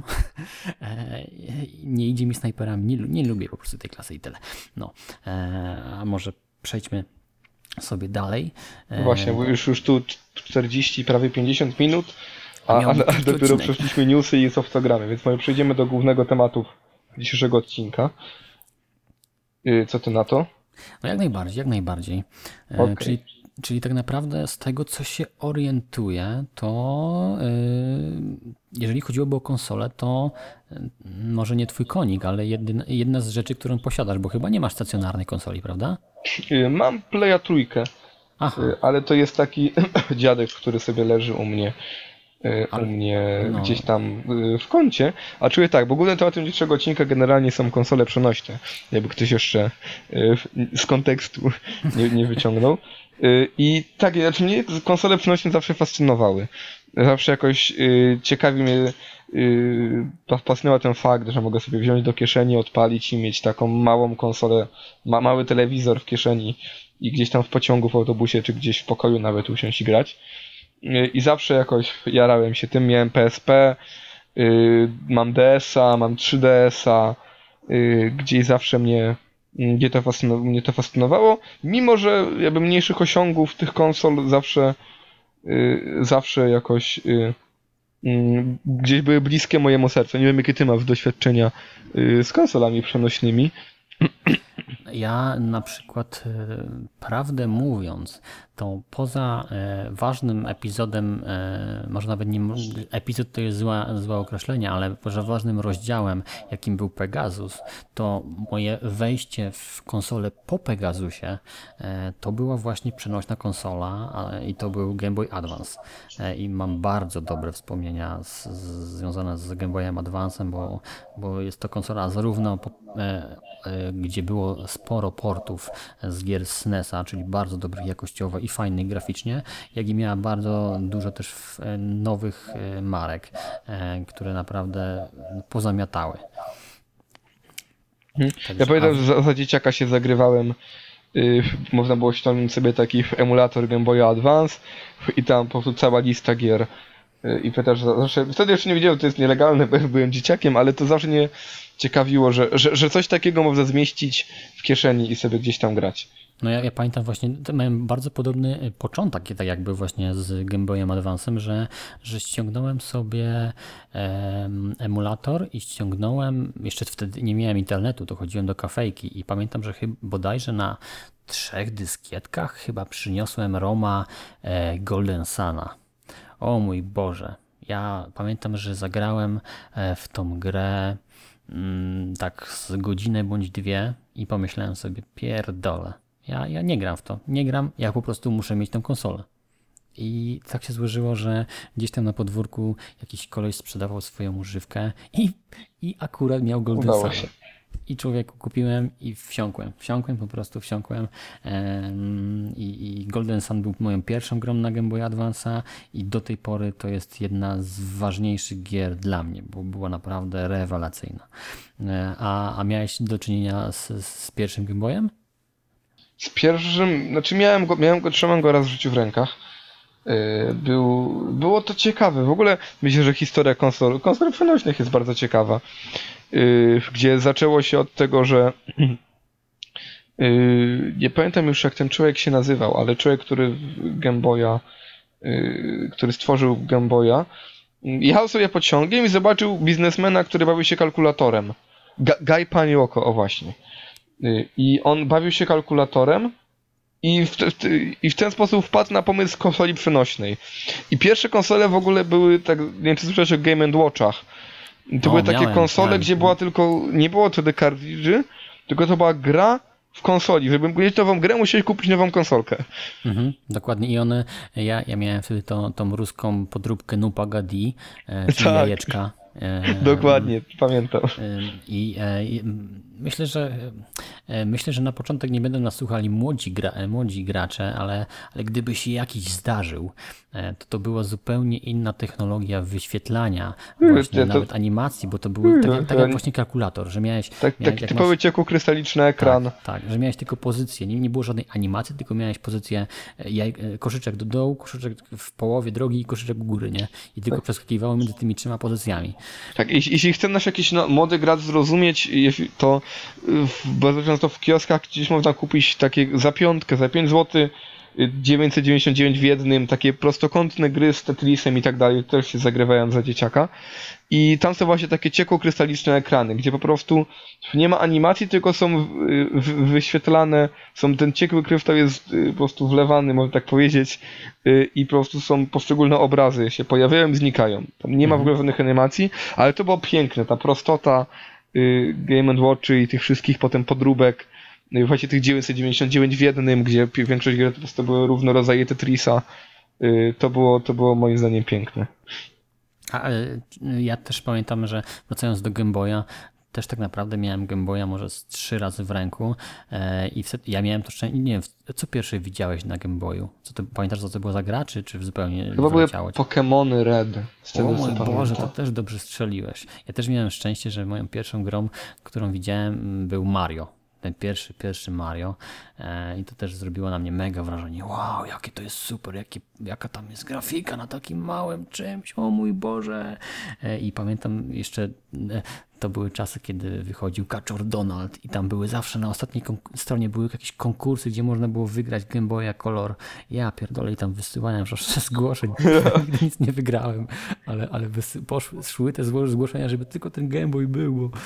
Speaker 2: Nie idzie mi snajperami, nie, nie lubię po prostu tej klasy i tyle. No, a może przejdźmy sobie dalej.
Speaker 3: Właśnie, bo już, już tu czterdzieści, prawie pięćdziesiąt minut, a,
Speaker 2: Miał
Speaker 3: a,
Speaker 2: być
Speaker 3: a
Speaker 2: krótki
Speaker 3: dopiero
Speaker 2: odcinek.
Speaker 3: przeszliśmy newsy i softogramy, więc może przejdziemy do głównego tematu dzisiejszego odcinka. Yy, Co ty na to?
Speaker 2: No jak najbardziej, jak najbardziej. E,
Speaker 3: Okej.
Speaker 2: Czyli, czyli tak naprawdę z tego, co się orientuję, to e, jeżeli chodziłoby o konsolę, to e, może nie twój konik, ale jedyna, jedna z rzeczy, którą posiadasz, bo chyba nie masz stacjonarnej konsoli, prawda?
Speaker 3: Yy, Mam Playa trójkę,
Speaker 2: Aha,
Speaker 3: yy, ale to jest taki dziadek, który sobie leży u mnie, yy,
Speaker 2: Ale-
Speaker 3: u mnie
Speaker 2: no.
Speaker 3: gdzieś tam yy, w kącie. A czuję tak, bo głównym tematem dzisiejszego odcinka generalnie są konsole przenośne, jakby ktoś jeszcze yy, z kontekstu nie, nie wyciągnął. Yy, I tak, znaczy mnie konsole przenośne zawsze fascynowały. Zawsze jakoś yy, ciekawi mnie, yy, fascynował ten fakt, że mogę sobie wziąć do kieszeni, odpalić i mieć taką małą konsolę, ma, mały telewizor w kieszeni i gdzieś tam w pociągu, w autobusie, czy gdzieś w pokoju nawet usiąść i grać. Yy, I zawsze jakoś jarałem się tym, miałem P S P, yy, mam D S a, mam trzy D S a, yy, gdzieś zawsze mnie, mnie, to fascynowało, mnie to fascynowało, mimo że jakby mniejszych osiągów tych konsol zawsze yy, zawsze jakoś yy, yy, gdzieś były bliskie mojemu sercu. Nie wiem, jakie ty masz doświadczenia yy, z konsolami przenośnymi.
Speaker 2: Ja na przykład, e, prawdę mówiąc, to poza e, ważnym epizodem, e, może nawet nie, epizod to jest zła, złe określenie, ale poza ważnym rozdziałem, jakim był Pegasus, to moje wejście w konsolę po Pegasusie e, to była właśnie przenośna konsola a, i to był Game Boy Advance. E, I mam bardzo dobre wspomnienia z, z, związane z Game Boyem Advance'em, bo, bo jest to konsola zarówno po, e, e, gdzie było sporo portów z gier z N E S-a, czyli bardzo dobrych jakościowo i fajnych graficznie, jak i miała bardzo dużo też e, nowych e, marek, e, które naprawdę pozamiatały.
Speaker 3: Mhm.
Speaker 2: Także,
Speaker 3: Ja pamiętam,
Speaker 2: a-
Speaker 3: że za, za dzieciaka się zagrywałem, y, można było ściągnąć sobie taki emulator Game Boy Advance i tam po prostu cała lista gier. Y, I pamiętam, że zawsze, wtedy jeszcze nie wiedziałem, że to jest nielegalne, bo byłem dzieciakiem, ale to zawsze mnie ciekawiło, że, że, że coś takiego można zmieścić w kieszeni i sobie gdzieś tam grać.
Speaker 2: No ja, ja pamiętam właśnie, to miałem bardzo podobny e, początek, tak jakby właśnie z Game Boyem Advance'em, że, że ściągnąłem sobie em, emulator i ściągnąłem, jeszcze wtedy nie miałem internetu, to chodziłem do kafejki i pamiętam, że chyba bodajże na trzech dyskietkach chyba przyniosłem Roma e, Golden Suna. O mój Boże, ja pamiętam, że zagrałem e, w tą grę mm, tak z godzinę bądź dwie i pomyślałem sobie, pierdolę. Ja, ja nie gram w to. Nie gram, ja po prostu muszę mieć tę konsolę. I tak się złożyło, że gdzieś tam na podwórku jakiś koleś sprzedawał swoją używkę i, i akurat miał Golden
Speaker 3: Udało
Speaker 2: Suna.
Speaker 3: się.
Speaker 2: I człowieku kupiłem i wsiąkłem. Wsiąkłem, po prostu wsiąkłem. Em, I, I Golden Sun był moją pierwszą grą na Game Boy Advance'a i do tej pory to jest jedna z ważniejszych gier dla mnie, bo była naprawdę rewelacyjna. E, A, a miałeś do czynienia z, z pierwszym Game Boyem?
Speaker 3: Z pierwszym, znaczy miałem go, miałem go, trzymałem go raz w życiu w rękach. Yy, Był, było to ciekawe. W ogóle myślę, że historia konsol, konsol przenośnych jest bardzo ciekawa. Yy, Gdzie zaczęło się od tego, że yy, nie pamiętam już jak ten człowiek się nazywał, ale człowiek, który Game Boya, yy, który stworzył Game Boya, yy, jechał sobie pociągiem i zobaczył biznesmena, który bawił się kalkulatorem. Ga- Guy Panioko, o właśnie. Yy, I on bawił się kalkulatorem i w, te, w, te, i w ten sposób wpadł na pomysł konsoli przenośnej. I pierwsze konsole w ogóle były, tak, nie wiem czy słyszałeś o Game and Watchach. To
Speaker 2: O,
Speaker 3: były takie
Speaker 2: miałem,
Speaker 3: konsole,
Speaker 2: miałem.
Speaker 3: gdzie była tylko, nie było wtedy kartridży, tylko to była gra w konsoli. Żeby mieć nową grę, musiałeś kupić nową konsolkę.
Speaker 2: Mhm, dokładnie. I one, ja, ja miałem wtedy tą, tą ruską podróbkę Nupagadi, e, czyli
Speaker 3: Tak.
Speaker 2: jajeczka. E,
Speaker 3: Dokładnie, pamiętam.
Speaker 2: e, I, e, i m, myślę, że e, myślę, że na początek nie będą nas słuchali młodzi, gra, e, młodzi gracze, ale, ale gdyby się jakiś zdarzył, e, to to była zupełnie inna technologia wyświetlania, właśnie
Speaker 3: to- to-
Speaker 2: nawet animacji, bo to były tak, jak- tak jak
Speaker 3: to-
Speaker 2: właśnie kalkulator, że miałeś,
Speaker 3: Tak,
Speaker 2: miałeś
Speaker 3: taki
Speaker 2: jak
Speaker 3: typowy
Speaker 2: masz-
Speaker 3: ciekłokrystaliczny ekran.
Speaker 2: tak, tak, że miałeś tylko pozycję, nie, nie było żadnej animacji, tylko miałeś pozycję e, jaj, e, koszyczek do dołu, koszyczek w połowie drogi i koszyczek u góry, nie? I tylko przeskakiwało między tymi trzema pozycjami.
Speaker 3: Tak, jeśli, jeśli chce nasz jakiś no, młody gracz zrozumieć, jeśli- to y, w, bardzo często w kioskach gdzieś można kupić takie za piątkę, za pięć złotych, y, dziewięćset dziewięćdziesiąt dziewięć w jednym, takie prostokątne gry z Tetrisem i tak dalej, też się zagrywałem za dzieciaka. I tam są właśnie takie ciekłokrystaliczne ekrany, gdzie po prostu nie ma animacji, tylko są y, w- wyświetlane, są ten ciekły krystal jest y, po prostu wlewany, można tak powiedzieć, y, i po prostu są poszczególne obrazy się pojawiają i znikają. Tam nie ma w ogóle żadnych animacji, ale to było piękne, ta prostota y, Game and Watchy i tych wszystkich potem podróbek, y, właśnie tych dziewięćset dziewięćdziesiąt dziewięć w jednym, gdzie pi- większość gier to po prostu były równo rodzaje Tetrisa, y, to było, to było moim zdaniem piękne.
Speaker 2: A e, ja też pamiętam, że wracając do Game Boya, też tak naprawdę miałem Game Boya może z trzy razy w ręku e, i wtedy ja miałem to szczęście, nie wiem, co pierwsze widziałeś na Game Boyu? Co ty pamiętasz, co to było za gra, czy, czy zupełnie
Speaker 3: Chyba były
Speaker 2: wyleciało cię?
Speaker 3: Pokémony Red, z tego
Speaker 2: O
Speaker 3: co
Speaker 2: mój
Speaker 3: pamiętam.
Speaker 2: Boże, to też dobrze strzeliłeś. Ja też miałem szczęście, że moją pierwszą grą, którą widziałem, m, był Mario. Ten pierwszy, pierwszy Mario. E, I to też zrobiło na mnie mega wrażenie. Wow, jakie to jest super, jakie, jaka tam jest grafika na takim małym czymś. O mój Boże. E, I pamiętam jeszcze, e, to były czasy, kiedy wychodził Kaczor Donald i tam były zawsze na ostatniej konk- stronie były jakieś konkursy, gdzie można było wygrać Game Boya Color. Ja pierdolę i tam wysyłałem proszę zgłoszeń. Nigdy nic nie wygrałem, ale, ale wysy- poszły, szły te zło- zgłoszenia, żeby tylko ten Game Boy był, bo to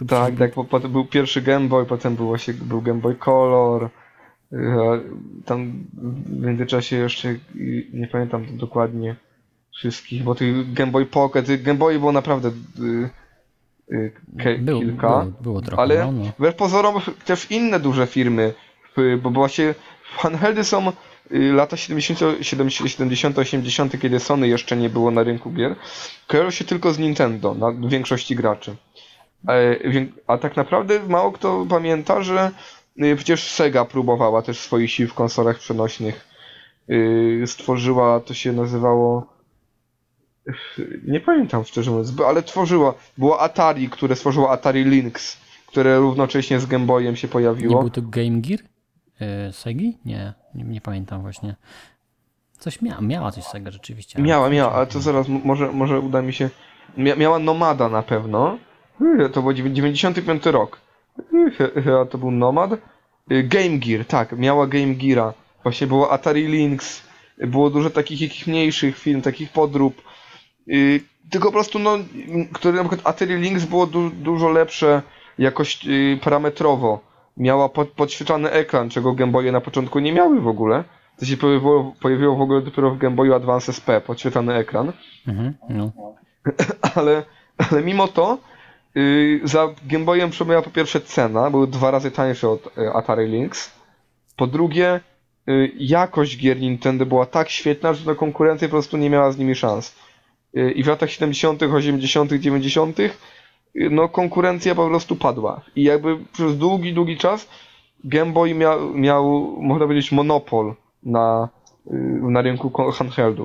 Speaker 2: To
Speaker 3: Tak,
Speaker 2: przecież
Speaker 3: tak, bo potem był pierwszy Game Boy, potem był właśnie był Game Boy Color. y, a Tam w międzyczasie jeszcze y, nie pamiętam dokładnie wszystkich, bo tych Game Boy Pocket, tych Game Boy było naprawdę y, y, ke-
Speaker 2: Był,
Speaker 3: kilka,
Speaker 2: było, było trochę,
Speaker 3: ale
Speaker 2: no, no.
Speaker 3: wbrew pozorom też inne duże firmy, y, bo właśnie handheldy są y, lata siedemdziesiąte, siedemdziesiąte, osiemdziesiąte, kiedy Sony jeszcze nie było na rynku gier, kojarzą się tylko z Nintendo na większości graczy. E, wię- A tak naprawdę mało kto pamięta, że y, przecież Sega próbowała też swoich sił w konsolach przenośnych. Y, Stworzyła, to się nazywało, nie pamiętam szczerze mówiąc, bo- ale tworzyła. Było Atari, które stworzyło Atari Lynx, które równocześnie z Game Boyem się
Speaker 2: Nie
Speaker 3: pojawiło.
Speaker 2: był to Game Gear? Yy, Segi? Nie, nie, nie pamiętam właśnie. Coś miała, miała coś Sega rzeczywiście. ale
Speaker 3: Miała,
Speaker 2: kurczę,
Speaker 3: miała,
Speaker 2: nie
Speaker 3: ale to
Speaker 2: pamiętam.
Speaker 3: zaraz, m- może, może uda mi się. Mia, miała Nomada na pewno. Y, To był dziewię- dziewięćdziesiąty piąty rok. Y, he- Chyba to był Nomad. Y, Game Gear, tak, miała Game Geara. Właśnie było Atari Lynx. y, Było dużo takich jakichś mniejszych film, takich podrób. Y, Tylko po prostu, no, m, które na przykład Atari Lynx było du dużo lepsze jakoś y, parametrowo. Miała pod podświetlany ekran, czego Game Boye na początku nie miały w ogóle. To się pojawiło, pojawiło w ogóle dopiero w Game Boyu Advance S P, podświetlany ekran.
Speaker 2: Mhm, no.
Speaker 3: Ale, ale mimo to y, za Game Boyem przemawiała po pierwsze cena, były dwa razy tańsze od y, Atari Lynx. Po drugie, y, jakość gier Nintendo była tak świetna, że ta konkurencja po prostu nie miała z nimi szans. Y, I w latach siedemdziesiątych, osiemdziesiątych, dziewięćdziesiątych y, no konkurencja po prostu padła. I jakby przez długi, długi czas Game Boy miał, miał można powiedzieć, monopol na, y, na rynku ko- handheldów.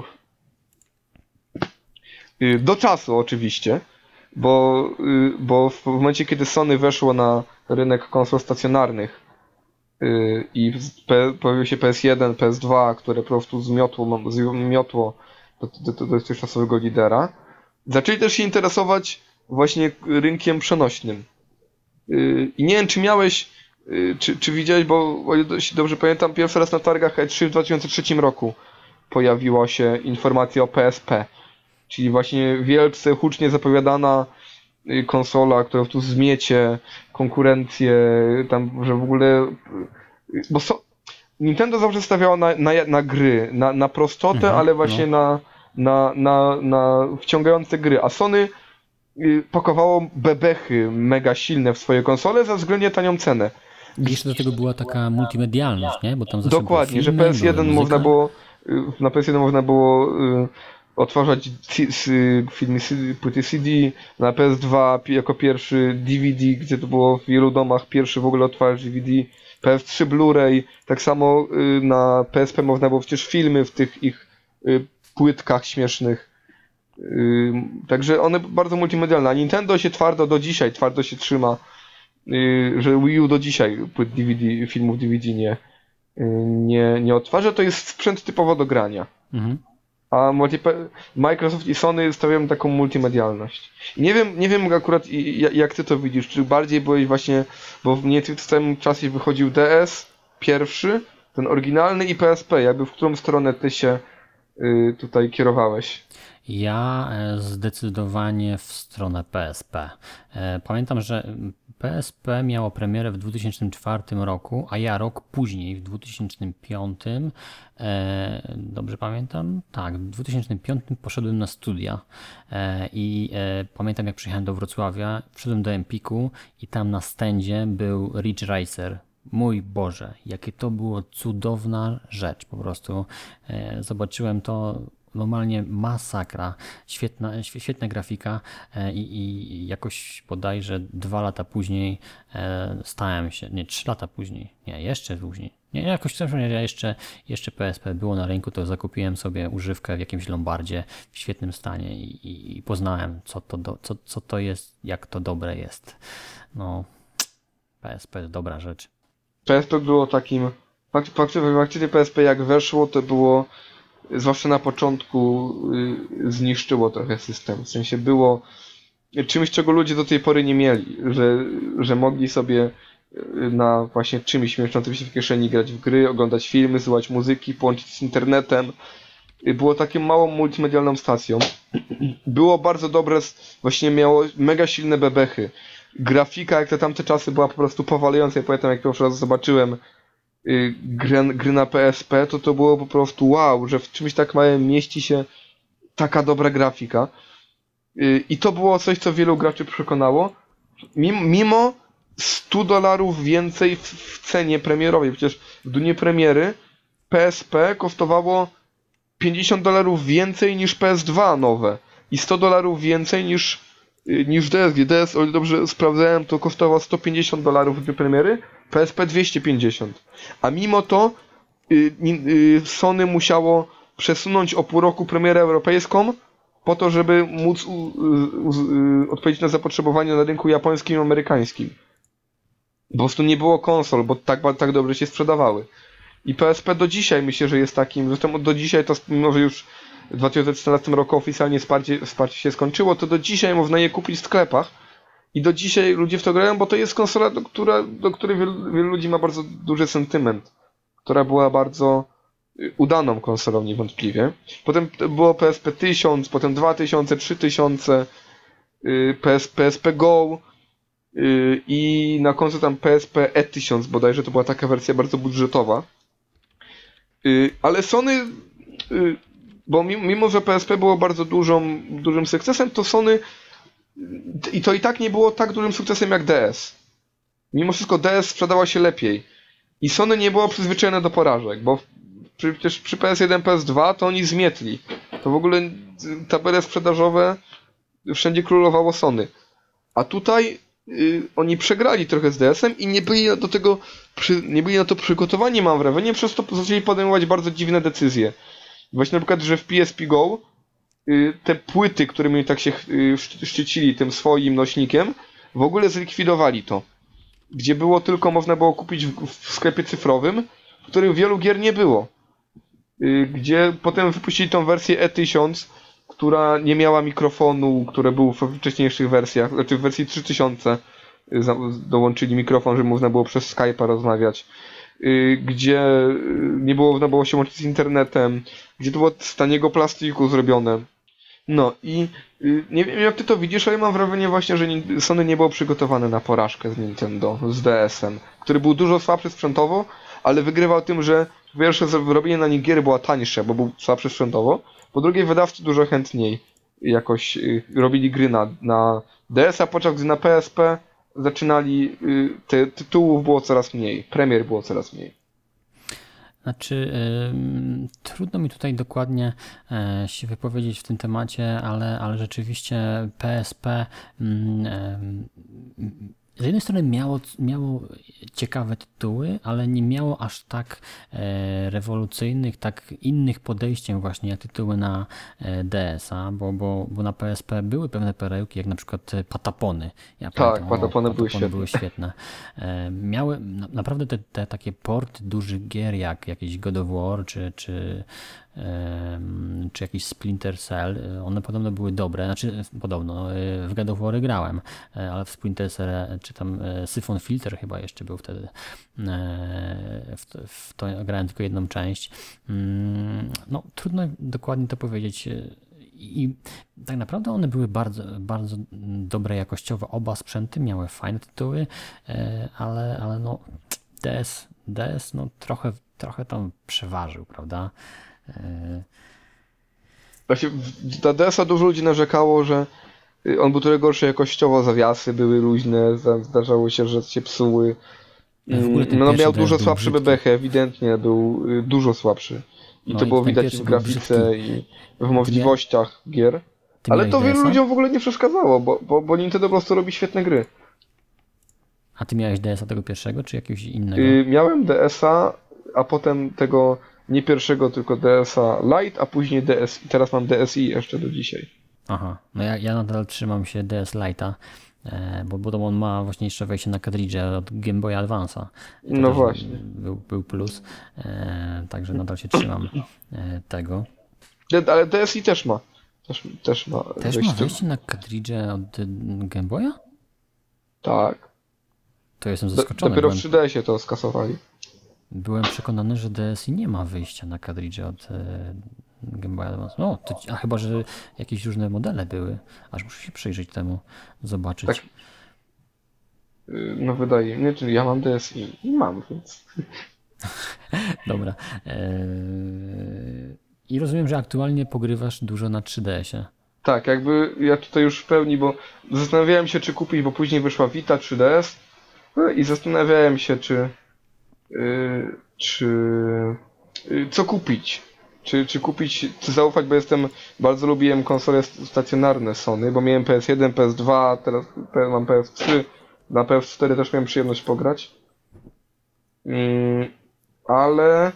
Speaker 3: Y, Do czasu oczywiście, bo, y, bo w momencie, kiedy Sony weszło na rynek konsol stacjonarnych y, i z- P- pojawił się P S jeden, P S dwa, które po prostu zmiotło, zmiotło do, do, do dotychczasowego lidera, zaczęli też się interesować właśnie rynkiem przenośnym. Y, I nie wiem, czy miałeś, y, czy, czy widziałeś, bo o ile jeśli dobrze pamiętam, pierwszy raz na targach E trzy w dwa tysiące trzecim roku pojawiła się informacja o P S P. Czyli właśnie wielce hucznie zapowiadana y, konsola, która tu zmiecie konkurencję, tam, że w ogóle. y, Bo so, Nintendo zawsze stawiało na, na, na gry, na, na prostotę,
Speaker 2: Mhm,
Speaker 3: ale właśnie na, na, na, na wciągające gry. A Sony y, pakowało bebechy mega silne w swoje konsole za względnie tanią cenę.
Speaker 2: I jeszcze do tego była taka multimedialność, nie? Bo tam zawsze
Speaker 3: Dokładnie,
Speaker 2: były
Speaker 3: że
Speaker 2: filmy,
Speaker 3: P S jeden
Speaker 2: była
Speaker 3: można
Speaker 2: muzyka.
Speaker 3: było, y, na P S jeden można było y, odtwarzać ci- s- filmy, C D, płyty C D, na P S dwa pi- jako pierwszy D V D, gdzie to było w wielu domach pierwszy w ogóle odtwarzacz D V D, P S trzy Blu-ray, tak samo y, na P S P można było przecież filmy w tych ich y, płytkach śmiesznych. Y, Także one bardzo multimedialne, a Nintendo się twardo do dzisiaj, twardo się trzyma, y, że Wii U do dzisiaj płyt D V D, filmów D V D nie, y, nie, nie odtwarza, to jest sprzęt typowo do grania.
Speaker 2: Mhm.
Speaker 3: A multipe- Microsoft i Sony stawiają taką multimedialność. I nie wiem, nie wiem akurat i- i- jak ty to widzisz, czy bardziej byłeś właśnie, bo mniej więcej w tym czasie wychodził D S pierwszy, ten oryginalny i P S P, jakby w którą stronę ty się y, tutaj kierowałeś?
Speaker 2: Ja e, zdecydowanie w stronę P S P. E, Pamiętam, że P S P miało premierę w dwa tysiące czwartym roku, a ja rok później, w dwa tysiące piątym, e, dobrze pamiętam? Tak, w dwa tysiące piątym poszedłem na studia e, i e, pamiętam, jak przyjechałem do Wrocławia, wszedłem do Empiku i tam na stędzie był Ridge Racer. Mój Boże, jakie to było cudowna rzecz, po prostu e, zobaczyłem to. Normalnie masakra, świetna, świe- świetna grafika e, i, i jakoś bodajże dwa lata później e, stałem się, nie, trzy lata później, nie, jeszcze później, nie, jakoś w każdym razie jeszcze, jeszcze P S P było na rynku, to zakupiłem sobie używkę w jakimś Lombardzie w świetnym stanie i, i, i poznałem, co to, do, co, co to jest, jak to dobre jest. No, P S P jest dobra rzecz.
Speaker 3: P S P było takim, fakt- faktycznie faktycznie P S P jak weszło, to było, zwłaszcza na początku, y, zniszczyło trochę system. W sensie było czymś, czego ludzie do tej pory nie mieli, że, że mogli sobie y, na właśnie czymś mieszczącym się w kieszeni grać w gry, oglądać filmy, słuchać muzyki, połączyć z internetem. Y, Było taką małą multimedialną stacją. Było bardzo dobre, s- właśnie miało mega silne bebechy. grafika jak te tamte czasy była po prostu powalająca. Ja pamiętam, jak pierwszy raz zobaczyłem y, gry, gry na P S P, to to było po prostu wow, że w czymś tak małym mieści się taka dobra grafika. Y, I to było coś, co wielu graczy przekonało. Mimo, mimo stu dolarów więcej w, w cenie premierowej. Przecież w dniu premiery P S P kosztowało pięćdziesiąt dolarów więcej niż P S dwa nowe i sto dolarów więcej niż, y, niż D S. D S, o ile dobrze sprawdzałem, to kosztowało sto pięćdziesiąt dolarów w dniu premiery, P S P dwieście pięćdziesiąt. A mimo to y, y, Sony musiało przesunąć o pół roku premierę europejską po to, żeby móc u, u, u, odpowiedzieć na zapotrzebowanie na rynku japońskim i amerykańskim. Po prostu nie było konsol, bo tak, tak dobrze się sprzedawały. I P S P do dzisiaj myślę, że jest takim, zresztą do dzisiaj to, mimo że już w dwa tysiące czternastym roku oficjalnie wsparcie, wsparcie się skończyło, to do dzisiaj można je kupić w sklepach i do dzisiaj ludzie w to grają, bo to jest konsola, do, która, do której wielu, wielu ludzi ma bardzo duży sentyment, która była bardzo udaną konsolą niewątpliwie. Potem było P S P tysiąc, potem dwa tysiące, trzy tysiące, P S P, P S P Go i na końcu tam P S P E tysiąc bodajże, to była taka wersja bardzo budżetowa. Ale Sony, bo mimo, że P S P było bardzo dużą, dużym sukcesem, to Sony i to i tak nie było tak dużym sukcesem jak D S. Mimo wszystko D S sprzedała się lepiej. I Sony nie było przyzwyczajone do porażek, bo przecież przy P S jeden, P S dwa to oni zmietli. To w ogóle tabele sprzedażowe wszędzie królowało Sony. A tutaj y, oni przegrali trochę z D S-em i nie byli do tego przy, nie byli na to przygotowani, mam wrażenie, przez to zaczęli podejmować bardzo dziwne decyzje. Właśnie na przykład, że w P S P Go y, te płyty, którymi tak się y, szczycili tym swoim nośnikiem, w ogóle zlikwidowali to. Gdzie było tylko można było kupić w, w sklepie cyfrowym, w którym wielu gier nie było. Y, gdzie potem wypuścili tą wersję E tysiąc, która nie miała mikrofonu, które był w wcześniejszych wersjach, znaczy w wersji trzy tysiące dołączyli mikrofon, żeby można było przez Skype'a rozmawiać, gdzie nie było, można było się łączyć z internetem, gdzie to było z taniego plastiku zrobione. No i nie wiem jak ty to widzisz, ale mam wrażenie właśnie, że Sony nie było przygotowane na porażkę z Nintendo, z D S-em, który był dużo słabszy sprzętowo, ale wygrywał tym, że po pierwsze robienie na nich gier było tańsze, bo był słabszy sprzętowo, po drugie wydawcy dużo chętniej jakoś y, robili gry na, na D S-a, podczas gdy na P S P zaczynali, y, te tytułów było coraz mniej, premier było coraz mniej.
Speaker 2: Znaczy, y, trudno mi tutaj dokładnie y, się wypowiedzieć w tym temacie, ale, ale rzeczywiście P S P y, y, z jednej strony miało, miało ciekawe tytuły, ale nie miało aż tak e, rewolucyjnych, tak innych podejściem właśnie jak tytuły na e, D S-a, bo, bo, bo na P S P były pewne perełki, jak na przykład Patapony. Ja
Speaker 3: tak,
Speaker 2: pamiętam,
Speaker 3: Patapony,
Speaker 2: o,
Speaker 3: były
Speaker 2: Patapony
Speaker 3: świetne.
Speaker 2: były świetne. E, miały na, naprawdę te, te takie porty dużych gier, jak jakiś God of War, czy, czy czy jakiś Splinter Cell, one podobno były dobre, znaczy podobno w God of War grałem, ale w Splinter Cell, czy tam Syphon Filter chyba jeszcze był wtedy, w to, w to grałem tylko jedną część. No trudno dokładnie to powiedzieć i tak naprawdę one były bardzo, bardzo dobre jakościowo, oba sprzęty miały fajne tytuły, ale, ale no D S, D S no trochę, trochę tam przeważył, prawda?
Speaker 3: Właśnie na D S-a dużo ludzi narzekało, że on był trochę gorszy jakościowo, zawiasy były luźne, zdarzało się, że się psuły. No miał dużo słabszy bebechę, ewidentnie był dużo słabszy. I
Speaker 2: no
Speaker 3: to
Speaker 2: i
Speaker 3: było widać w grafice i w możliwościach Ty gier. Ale to wielu ludziom w ogóle nie przeszkadzało, bo, bo, bo Nintendo po prostu robi świetne gry.
Speaker 2: A ty miałeś D S-a tego pierwszego, czy jakiegoś innego?
Speaker 3: Yy, miałem D S-a, a potem tego nie pierwszego, tylko D S-a Lite, a później D S i teraz mam D S i jeszcze do dzisiaj.
Speaker 2: Aha, no ja, ja nadal trzymam się D S Lite'a, e, bo, bo on ma właśnie jeszcze wejście na kadridże od Game Boy Advance'a.
Speaker 3: No właśnie.
Speaker 2: Był, był plus, e, także nadal się trzymam e, tego.
Speaker 3: Ale D S i też ma. Też, też ma
Speaker 2: Też
Speaker 3: wejście.
Speaker 2: ma wejście na kadridże od Game Boya?
Speaker 3: Tak.
Speaker 2: To jestem zaskoczony.
Speaker 3: Dopiero
Speaker 2: byłem,
Speaker 3: w trzy D S-ie to skasowali.
Speaker 2: byłem przekonany, że D S i nie ma wyjścia na kadridże od e, Game Boy Advance. No, to, a chyba, że jakieś różne modele były. Aż muszę się przyjrzeć temu, zobaczyć.
Speaker 3: Tak. y, no wydaje mi się, czyli ja mam D S i, i mam, więc...
Speaker 2: Dobra. Eee, I rozumiem, że aktualnie pogrywasz dużo na trzy D S-ie.
Speaker 3: Tak, jakby ja tutaj już w pełni, bo zastanawiałem się, czy kupić, bo później wyszła Vita trzy D S y, i zastanawiałem się, czy... y, czy... y, co kupić. Czy, czy kupić, czy zaufać, bo jestem, bardzo lubiłem konsole st- stacjonarne Sony, bo miałem P S jeden, P S dwa, teraz P- mam P S trzy, na P S cztery też miałem przyjemność pograć. Mm, ale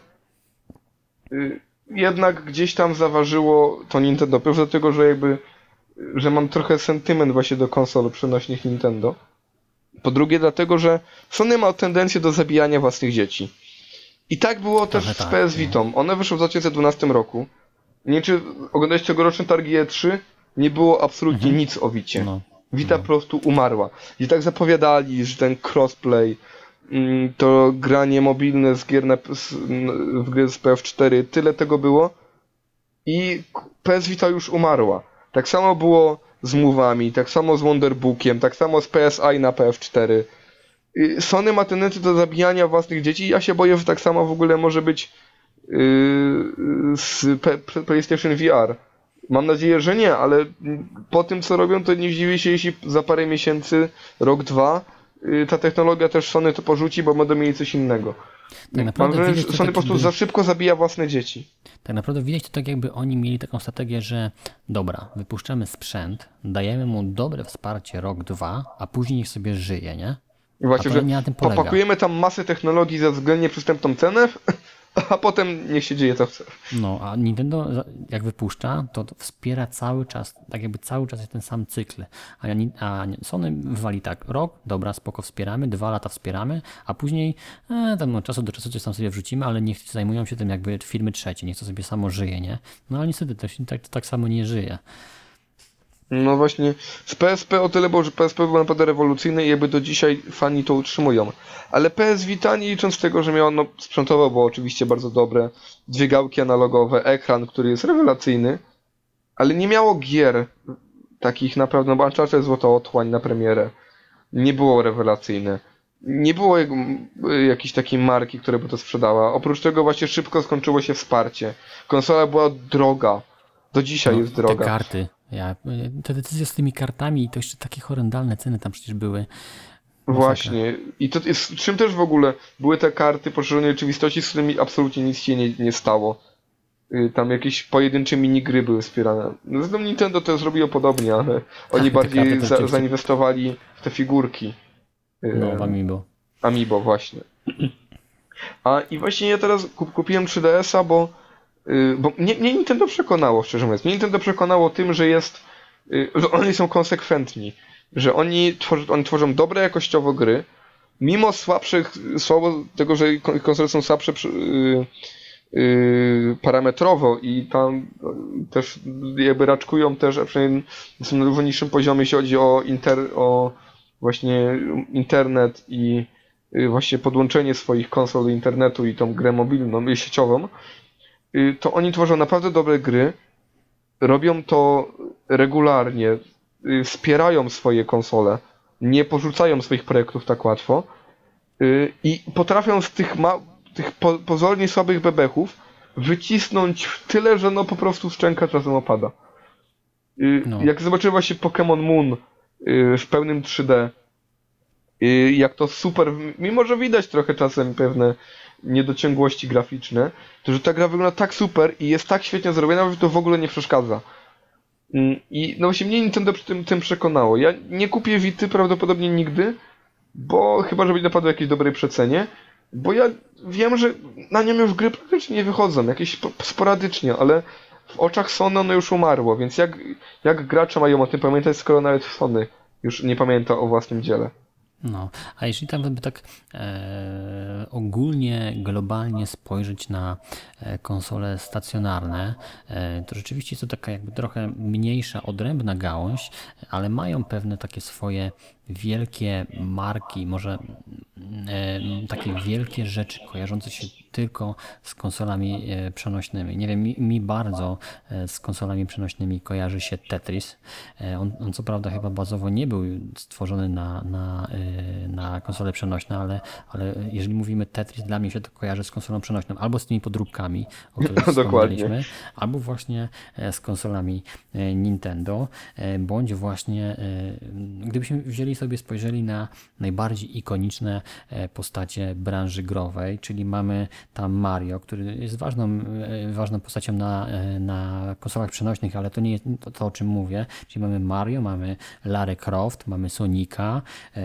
Speaker 3: y, jednak gdzieś tam zaważyło to Nintendo, pewnie dlatego, że jakby, że mam trochę sentyment właśnie do konsol przenośnych Nintendo. Po drugie dlatego, że Sony ma tendencję do zabijania własnych dzieci. I tak było też
Speaker 2: Trochę
Speaker 3: z
Speaker 2: tak,
Speaker 3: P S
Speaker 2: no.
Speaker 3: Vitą. One wyszły w dwa tysiące dwunastym roku. Nie wiem, czy oglądałeś tegoroczne targi E trzy? Nie było absolutnie nic o Vicie.
Speaker 2: No.
Speaker 3: Vita po prostu umarła. I tak zapowiadali, że ten crossplay, mm, to granie mobilne z gier na, z, n- w gry z P S cztery, tyle tego było. I k- P S Vita już umarła. Tak samo było z Move'ami, tak samo z Wonderbookiem, tak samo z P S I na P S cztery. Y, Sony ma tendencję do zabijania własnych dzieci i ja się boję, że tak samo w ogóle może być yy, z P- P- PlayStation V R. Mam nadzieję, że nie, ale po tym co robią, to nie zdziwię się, jeśli za parę miesięcy, rok, dwa, yy, ta technologia też Sony to porzuci, bo będą mieli coś innego.
Speaker 2: Tak naprawdę
Speaker 3: Mam wrażenie,
Speaker 2: widać
Speaker 3: że
Speaker 2: to
Speaker 3: Sony
Speaker 2: tak
Speaker 3: po prostu
Speaker 2: jakby-
Speaker 3: za szybko zabija własne dzieci.
Speaker 2: Tak naprawdę widać to tak, jakby oni mieli taką strategię, że dobra, wypuszczamy sprzęt, dajemy mu dobre wsparcie rok, dwa, a później niech sobie żyje, nie?
Speaker 3: I właśnie,
Speaker 2: A
Speaker 3: że
Speaker 2: to nie na tym polega.
Speaker 3: popakujemy tam masę technologii za względnie przystępną cenę, a potem niech się dzieje co chce.
Speaker 2: No, a Nintendo za- jak wypuszcza, to to wspiera cały czas, tak jakby cały czas jest ten sam cykl. A, Ni- a Sony wywali tak, rok, dobra, spoko, wspieramy, dwa lata wspieramy, a później e, tam od czasu do czasu coś tam sobie wrzucimy, ale niech zajmują się tym jakby firmy trzecie, niech to sobie samo żyje, nie? No ale niestety to się tak, to tak samo nie żyje.
Speaker 3: No właśnie, z P S P o tyle było, że P S P był naprawdę rewolucyjny i jakby do dzisiaj fani to utrzymują. Ale P S Vita, nie licząc tego, że miało, no sprzętowo było oczywiście bardzo dobre, dwie gałki analogowe, ekran, który jest rewelacyjny, ale nie miało gier takich naprawdę, no bo Uncharted Złota Otchłań na premierę nie było rewelacyjne. Nie było jak, jakiejś takiej marki, która by to sprzedała. Oprócz tego właśnie szybko skończyło się wsparcie. Konsola była droga. Do dzisiaj
Speaker 2: No,
Speaker 3: jest droga.
Speaker 2: Te karty, ja, te decyzje z tymi kartami i to jeszcze takie horrendalne ceny tam przecież były.
Speaker 3: Właśnie. I to jest, czym też w ogóle były te karty poszerzonej rzeczywistości, z którymi absolutnie nic się nie, nie stało. Y, Tam jakieś pojedyncze minigry były wspierane. No, zresztą Nintendo to zrobiło podobnie, ale oni
Speaker 2: te
Speaker 3: bardziej
Speaker 2: karty to
Speaker 3: za,
Speaker 2: rzeczywiście-
Speaker 3: zainwestowali w te figurki. Y,
Speaker 2: No, w Amiibo.
Speaker 3: Amiibo, właśnie. A i właśnie ja teraz kup, kupiłem trzy D S a, bo, y, bo mnie, mnie Nintendo przekonało, szczerze mówiąc. Mnie Nintendo przekonało tym, że jest, y, że oni są konsekwentni. Że oni, tworzy, oni tworzą dobre jakościowo gry, mimo słabszych, słabo tego, że kon- konsole są słabsze przy, y, y, parametrowo i tam y, też jakby raczkują też, a przynajmniej są na dużo niższym poziomie, jeśli chodzi o, inter, o właśnie internet i y, właśnie podłączenie swoich konsol do internetu i tą grę mobilną i sieciową, y, to oni tworzą naprawdę dobre gry, robią to regularnie, y, wspierają swoje konsole, nie porzucają swoich projektów tak łatwo y, i potrafią z tych, ma- tych po- pozornie słabych bebechów wycisnąć tyle, że no po prostu szczęka czasem opada. Y,
Speaker 2: No.
Speaker 3: Jak zobaczyłem właśnie Pokémon Moon y, w pełnym trzy D, y, jak to super, mimo że widać trochę czasem pewne niedociągłości graficzne, to że ta gra wygląda tak super i jest tak świetnie zrobiona, że to w ogóle nie przeszkadza. Mm, I no właśnie mnie Nintendo przy tym, tym przekonało. Ja nie kupię Vity prawdopodobnie nigdy, bo chyba, że będzie naprawdę w jakiejś dobrej przecenie, bo ja wiem, że na nią już gry praktycznie nie wychodzą, jakieś po- sporadycznie, ale w oczach Sony ono już umarło, więc jak, jak gracze mają o tym pamiętać, skoro nawet Sony już nie pamięta o własnym dziele.
Speaker 2: No, a jeśli tam by tak e, ogólnie, globalnie spojrzeć na e, konsole stacjonarne, e, to rzeczywiście jest to taka jakby trochę mniejsza, odrębna gałąź, ale mają pewne takie swoje wielkie marki, może e, takie wielkie rzeczy kojarzące się tylko z konsolami e, przenośnymi. Nie wiem, mi, mi bardzo e, z konsolami przenośnymi kojarzy się Tetris. E, on, on co prawda chyba bazowo nie był stworzony na, na, e, na za konsole przenośne, ale, ale jeżeli mówimy Tetris, dla mnie się to kojarzy z konsolą przenośną, albo z tymi podróbkami, o których wspomnieliśmy, albo właśnie z konsolami Nintendo, bądź właśnie, gdybyśmy wzięli sobie, spojrzeli na najbardziej ikoniczne postacie branży growej, czyli mamy tam Mario, który jest ważną, ważną postacią na, na konsolach przenośnych, ale to nie jest to, to, o czym mówię, czyli mamy Mario, mamy Lara Croft, mamy Sonika,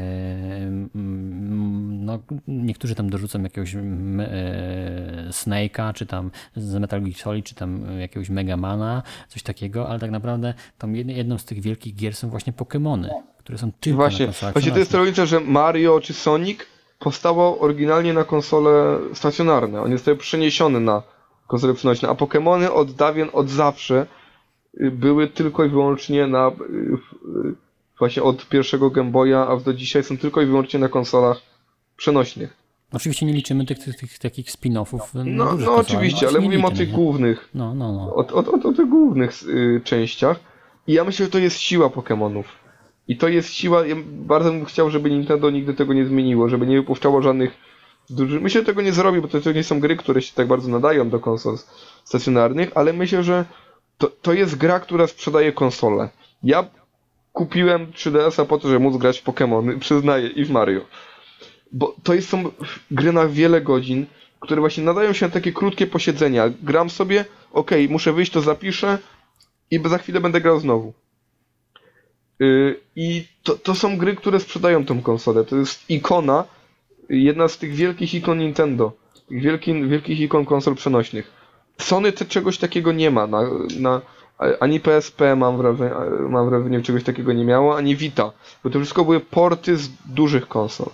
Speaker 2: no, niektórzy tam dorzucą jakiegoś Snake'a, czy tam z Metal Gear Solid, czy tam jakiegoś Megamana, coś takiego, ale tak naprawdę tą jedną z tych wielkich gier są właśnie Pokemony, które są tylko
Speaker 3: właśnie,
Speaker 2: na konsolach
Speaker 3: właśnie to jest ta różnica, że Mario czy Sonic powstało oryginalnie na konsole stacjonarne. On został przeniesiony na konsole przenośne, a Pokemony od dawien, od zawsze były tylko i wyłącznie na właśnie od pierwszego Game Boya, a do dzisiaj są tylko i wyłącznie na konsolach przenośnych.
Speaker 2: Oczywiście nie liczymy tych, tych, tych takich spin-offów.
Speaker 3: No, no oczywiście, ale mówimy o tych nie? głównych.
Speaker 2: No, no, no.
Speaker 3: O, o, o, o tych głównych y, częściach. I ja myślę, że to jest siła Pokemonów. I to jest siła, ja bardzo bym chciał, żeby Nintendo nigdy tego nie zmieniło, żeby nie wypuszczało żadnych dużych... Myślę, że tego nie zrobi, bo to, to nie są gry, które się tak bardzo nadają do konsol stacjonarnych, ale myślę, że to, to jest gra, która sprzedaje konsolę. Ja kupiłem trzy D S a po to, żeby móc grać w Pokemony, przyznaję, i w Mario. Bo to jest, są gry na wiele godzin, które właśnie nadają się na takie krótkie posiedzenia. Gram sobie, okej, okay, muszę wyjść, to zapiszę i za chwilę będę grał znowu. Yy, I to, to są gry, które sprzedają tą konsolę. To jest ikona, jedna z tych wielkich ikon Nintendo. Tych wielkich, wielkich ikon konsol przenośnych. Sony te czegoś takiego nie ma. Na, na, ani P S P mam wrażenie, mam wrażenie, czegoś takiego nie miało, ani Vita. Bo to wszystko były porty z dużych konsol.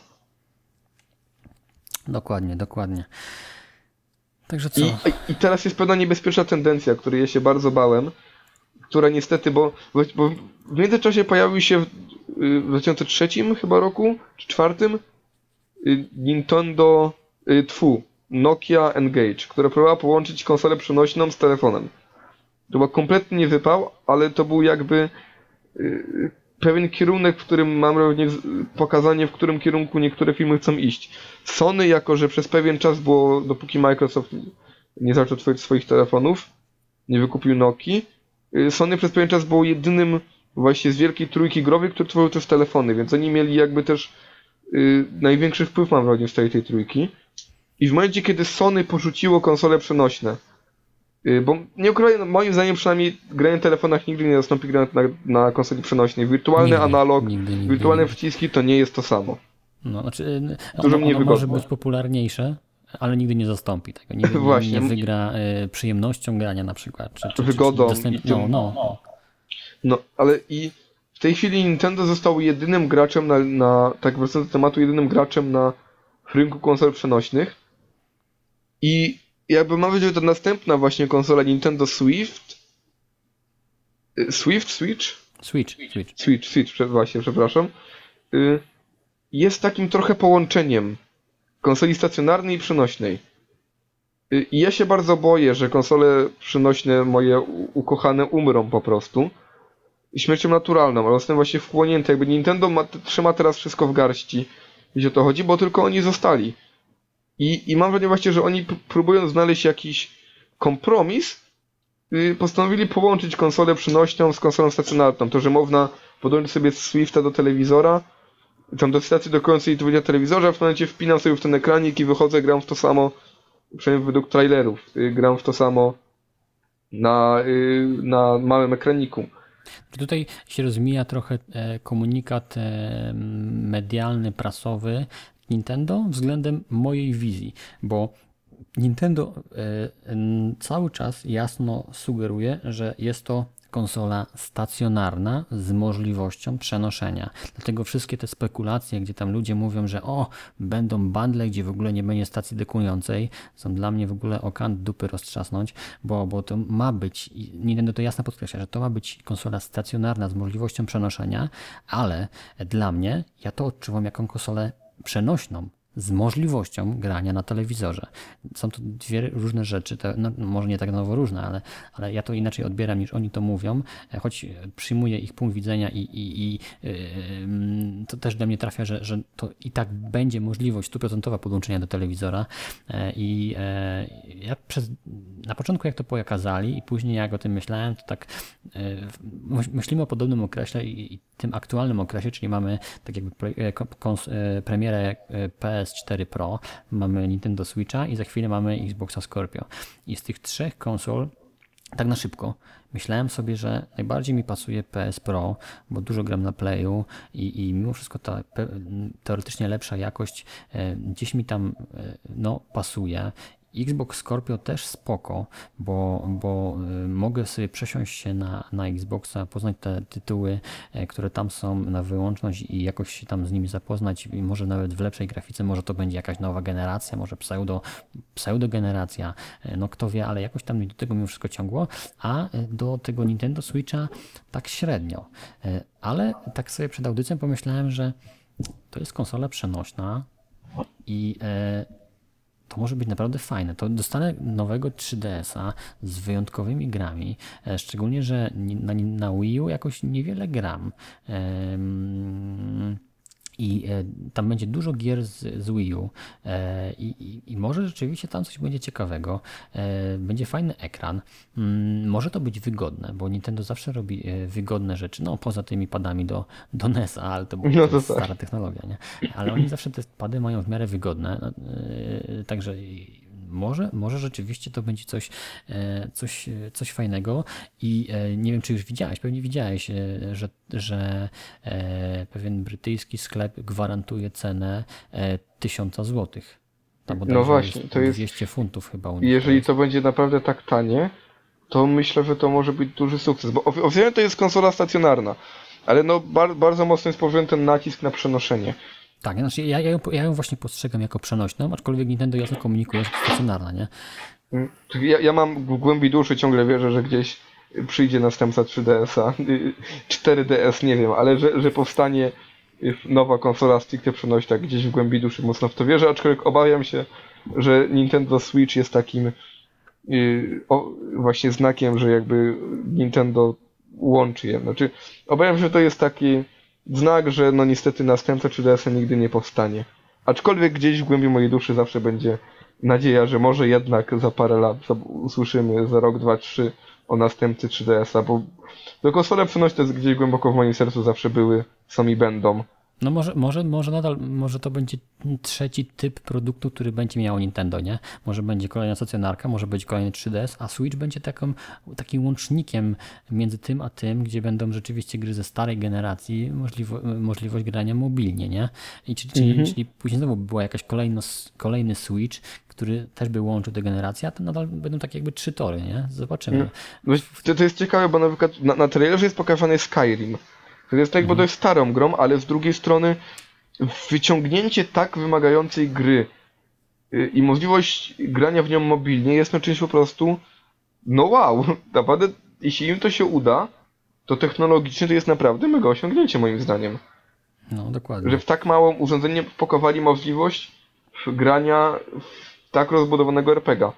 Speaker 2: Dokładnie, dokładnie. Także co?
Speaker 3: I, I teraz jest pewna niebezpieczna tendencja, której ja się bardzo bałem, która niestety, bo, bo w międzyczasie pojawił się w, w dwa tysiące trzecim chyba roku, czy czwartym, Nintendo, tfu, Nokia N-Gage, która próbowała połączyć konsolę przenośną z telefonem. To był kompletnie wypał, ale to był jakby pewien kierunek, w którym mam pokazanie, w którym kierunku niektóre firmy chcą iść. Sony, jako że przez pewien czas było, dopóki Microsoft nie zaczął tworzyć swoich telefonów, nie wykupił Nokii, Sony przez pewien czas było jedynym właśnie z wielkiej trójki growej, który tworzył też telefony, więc oni mieli jakby też yy, największy wpływ, mam wrażenie, z tej, tej trójki. I w momencie, kiedy Sony porzuciło konsole przenośne, yy, bo nie ukrywam, moim zdaniem przynajmniej granie na telefonach nigdy nie zastąpi grania na, na konsoli przenośnej. Wirtualny
Speaker 2: nigdy,
Speaker 3: analog,
Speaker 2: nigdy, nigdy,
Speaker 3: wirtualne
Speaker 2: nigdy.
Speaker 3: przyciski to nie jest to samo.
Speaker 2: No, znaczy,
Speaker 3: Dużo
Speaker 2: ono,
Speaker 3: mniej
Speaker 2: ono może
Speaker 3: wygodne.
Speaker 2: być popularniejsze, ale nigdy nie zastąpi tego. Nigdy
Speaker 3: Właśnie.
Speaker 2: nie wygra y, przyjemnością grania na przykład. Czy, czy,
Speaker 3: Wygodą
Speaker 2: Czy, czy dostęp...
Speaker 3: i tym-
Speaker 2: No, no, no.
Speaker 3: No, ale i w tej chwili Nintendo został jedynym graczem na, na tak wracając do tematu, jedynym graczem na rynku konsol przenośnych. I jakby mam nadzieję, że ta następna właśnie konsola Nintendo Swift, y, Swift, Switch?
Speaker 2: Switch, Switch.
Speaker 3: Switch, Switch, prze- właśnie, przepraszam. Y, Jest takim trochę połączeniem konsoli stacjonarnej i przenośnej. Y, I ja się bardzo boję, że konsole przenośne moje u- ukochane umrą po prostu. Śmiercią naturalną, ale jestem właśnie wchłonięty. Jakby Nintendo ma, trzyma teraz wszystko w garści, jeśli o to chodzi, bo tylko oni zostali. I, i mam wrażenie właśnie, że oni p- próbując znaleźć jakiś kompromis, yy, postanowili połączyć konsolę przenośną z konsolą stacjonarną. To, że można podłączyć sobie Swifta do telewizora, tam do stacji do końca i tu będzie telewizorze, a w tym momencie wpinam sobie w ten ekranik i wychodzę, gram w to samo, przynajmniej według trailerów, yy, gram w to samo na, yy, na małym ekraniku.
Speaker 2: Tutaj się rozmija trochę e, komunikat e, medialny, prasowy Nintendo względem mojej wizji, bo Nintendo e, n- cały czas jasno sugeruje, że jest to konsola stacjonarna z możliwością przenoszenia. Dlatego wszystkie te spekulacje, gdzie tam ludzie mówią, że o, będą bundle, gdzie w ogóle nie będzie stacji dekującej, są dla mnie w ogóle o kant dupy roztrzasnąć, bo, bo to ma być, i Nintendo to jasno podkreśla, że to ma być konsola stacjonarna z możliwością przenoszenia, ale dla mnie, ja to odczuwam jako konsolę przenośną, z możliwością grania na telewizorze. Są to dwie różne rzeczy, te, no, może nie tak nowo różne, ale, ale ja to inaczej odbieram niż oni to mówią, choć przyjmuję ich punkt widzenia i, i, i yy, to też do mnie trafia, że, że to i tak będzie możliwość stuprocentowa podłączenia do telewizora i yy, ja przez, na początku jak to pokazali i później jak o tym myślałem, to tak yy, myślimy o podobnym okresie i, i tym aktualnym okresie, czyli mamy tak jakby pre, kons, premierę P S cztery Pro, mamy Nintendo Switcha i za chwilę mamy Xboxa Scorpio. I z tych trzech konsol, tak na szybko, myślałem sobie, że najbardziej mi pasuje P S Pro, bo dużo gram na Playu i, i mimo wszystko ta teoretycznie lepsza jakość e, gdzieś mi tam e, no, pasuje. Xbox Scorpio też spoko, bo, bo y, mogę sobie przesiąść się na, na Xboxa, poznać te tytuły, y, które tam są na wyłączność i jakoś się tam z nimi zapoznać i może nawet w lepszej grafice, może to będzie jakaś nowa generacja, może pseudo, pseudogeneracja, y, no kto wie, ale jakoś tam mi do tego mimo wszystko ciągło, a y, do tego Nintendo Switcha tak średnio. Y, ale tak sobie przed audycją pomyślałem, że to jest konsola przenośna i y, to może być naprawdę fajne. To dostanę nowego trzy D S a z wyjątkowymi grami, szczególnie, że na, na Wii U jakoś niewiele gram. I tam będzie dużo gier z, z Wii U I, i, i może rzeczywiście tam coś będzie ciekawego. Będzie fajny ekran. Może to być wygodne, bo Nintendo zawsze robi wygodne rzeczy, no poza tymi padami do, do N E S a, ale to,
Speaker 3: no to
Speaker 2: jest
Speaker 3: tak.
Speaker 2: stara technologia, nie? Ale oni zawsze te pady mają w miarę wygodne, także może, może rzeczywiście to będzie coś, coś, coś fajnego i nie wiem, czy już widziałeś, pewnie widziałeś, że, że pewien brytyjski sklep gwarantuje cenę tysiąca złotych.
Speaker 3: No właśnie, to jest
Speaker 2: dwieście funtów chyba u nich.
Speaker 3: Jeżeli to będzie naprawdę tak tanie, to myślę, że to może być duży sukces, bo oficjalnie to jest konsola stacjonarna, ale no bar bardzo mocno jest położony ten nacisk na przenoszenie.
Speaker 2: Tak, znaczy ja, ja, ją, ja ją właśnie postrzegam jako przenośną, aczkolwiek Nintendo jasno komunikuje, że to stacjonarna, nie?
Speaker 3: Ja, ja mam w głębi duszy ciągle wierzę, że gdzieś przyjdzie następca trzy D S a, cztery D S, nie wiem, ale że, że powstanie nowa konsola stricte przenośna, gdzieś w głębi duszy mocno w to wierzę, aczkolwiek obawiam się, że Nintendo Switch jest takim yy, o, właśnie znakiem, że jakby Nintendo łączy je. Znaczy, obawiam się, że to jest taki znak, że no niestety następca trzy D S a nigdy nie powstanie. Aczkolwiek gdzieś w głębi mojej duszy zawsze będzie nadzieja, że może jednak za parę lat usłyszymy, za rok, dwa, trzy o następcy trzy D S a, bo do konsole przenośne gdzieś głęboko w moim sercu zawsze były, są i będą.
Speaker 2: No może, może, może nadal, może to będzie trzeci typ produktu, który będzie miało Nintendo, nie? Może będzie kolejna stacjonarka, może być kolejny trzy D S, a Switch będzie taką, takim łącznikiem między tym a tym, gdzie będą rzeczywiście gry ze starej generacji, możliwo, możliwość grania mobilnie, nie? I czyli, czyli,
Speaker 3: Mhm.
Speaker 2: czyli później znowu by była jakaś kolejno, kolejny Switch, który też by łączył te generacje, a to nadal będą takie jakby trzy tory, nie? Zobaczymy.
Speaker 3: No, to, to jest ciekawe, bo na przykład na, na trailerze jest pokazany Skyrim. To jest tak, bo to jest starą grą, ale z drugiej strony wyciągnięcie tak wymagającej gry yy, i możliwość grania w nią mobilnie jest no czymś po prostu no wow, naprawdę jeśli im to się uda, to technologicznie to jest naprawdę mega osiągnięcie moim zdaniem.
Speaker 2: No dokładnie.
Speaker 3: Że w tak małym urządzeniu wpakowali możliwość grania w tak rozbudowanego er pe ga.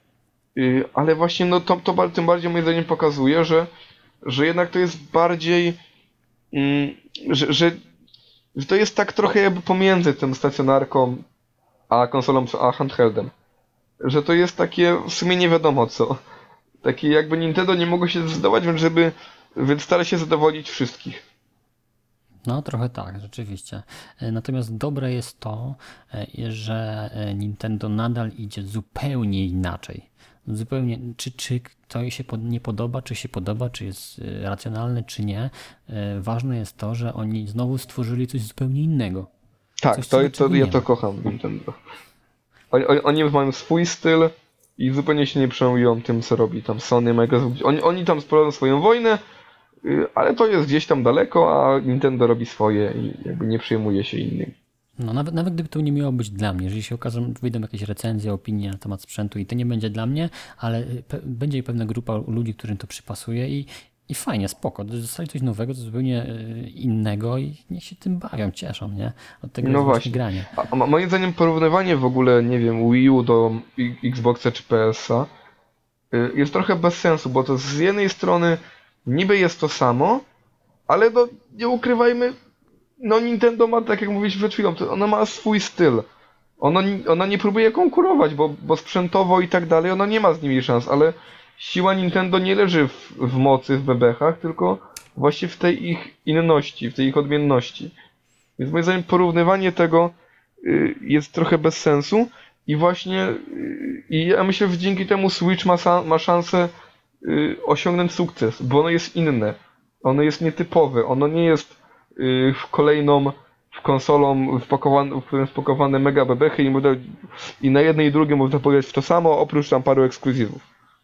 Speaker 3: Yy, ale właśnie no to, to tym bardziej moim zdaniem pokazuje, że, że jednak to jest bardziej Mm, że, że, że to jest tak trochę jakby pomiędzy tą stacjonarką a konsolą, a handheldem. Że to jest takie w sumie nie wiadomo co. Takie jakby Nintendo nie mogło się zdecydować, więc żeby więc stara się zadowolić wszystkich.
Speaker 2: No trochę tak, rzeczywiście. Natomiast dobre jest to, że Nintendo nadal idzie zupełnie inaczej. Zupełnie, czy, czy to jej się nie podoba, czy się podoba, czy jest racjonalne, czy nie. Ważne jest to, że oni znowu stworzyli coś zupełnie innego.
Speaker 3: Tak,
Speaker 2: coś,
Speaker 3: to,
Speaker 2: czego,
Speaker 3: to
Speaker 2: czego
Speaker 3: ja
Speaker 2: nie
Speaker 3: to
Speaker 2: ma.
Speaker 3: kocham w Nintendo. Oni, oni, oni mają swój styl i zupełnie się nie przejmują tym, co robi tam Sony, Microsoft. Oni, oni tam prowadzą swoją wojnę, yy, ale to jest gdzieś tam daleko, a Nintendo robi swoje i jakby nie przejmuje się innymi.
Speaker 2: No nawet, nawet gdyby to nie miało być dla mnie, jeżeli się okaże, wyjdą jakieś recenzje, opinie na temat sprzętu i to nie będzie dla mnie, ale pe- będzie pewna grupa ludzi, którym to przypasuje i, I fajnie, spoko. Dostali coś nowego, coś zupełnie e, innego i niech się tym bawią, cieszą, nie? Od tego
Speaker 3: No
Speaker 2: jest właśnie
Speaker 3: właśnie.
Speaker 2: granie.
Speaker 3: A, a moim zdaniem porównywanie w ogóle, nie wiem, Wii U do I- Xboxa czy P S a y, jest trochę bez sensu, bo to z jednej strony niby jest to samo, ale no nie ukrywajmy, no Nintendo ma, tak jak mówiliśmy przed chwilą, to ono ma swój styl. Ono, ni- ona nie próbuje konkurować, bo, bo sprzętowo i tak dalej, ono nie ma z nimi szans, ale siła Nintendo nie leży w, w mocy, w bebechach, tylko właśnie w tej ich inności, w tej ich odmienności. Więc moim zdaniem porównywanie tego y, jest trochę bez sensu i właśnie y, i ja myślę, że dzięki temu Switch ma, sa- ma szansę y, osiągnąć sukces, bo ono jest inne. Ono jest nietypowe, ono nie jest y, w kolejną w konsolą wpakowane, w którym wpakowane mega bebechy i, model, i na jednej i drugiej można pograć w to samo, oprócz tam paru ekskluzywów.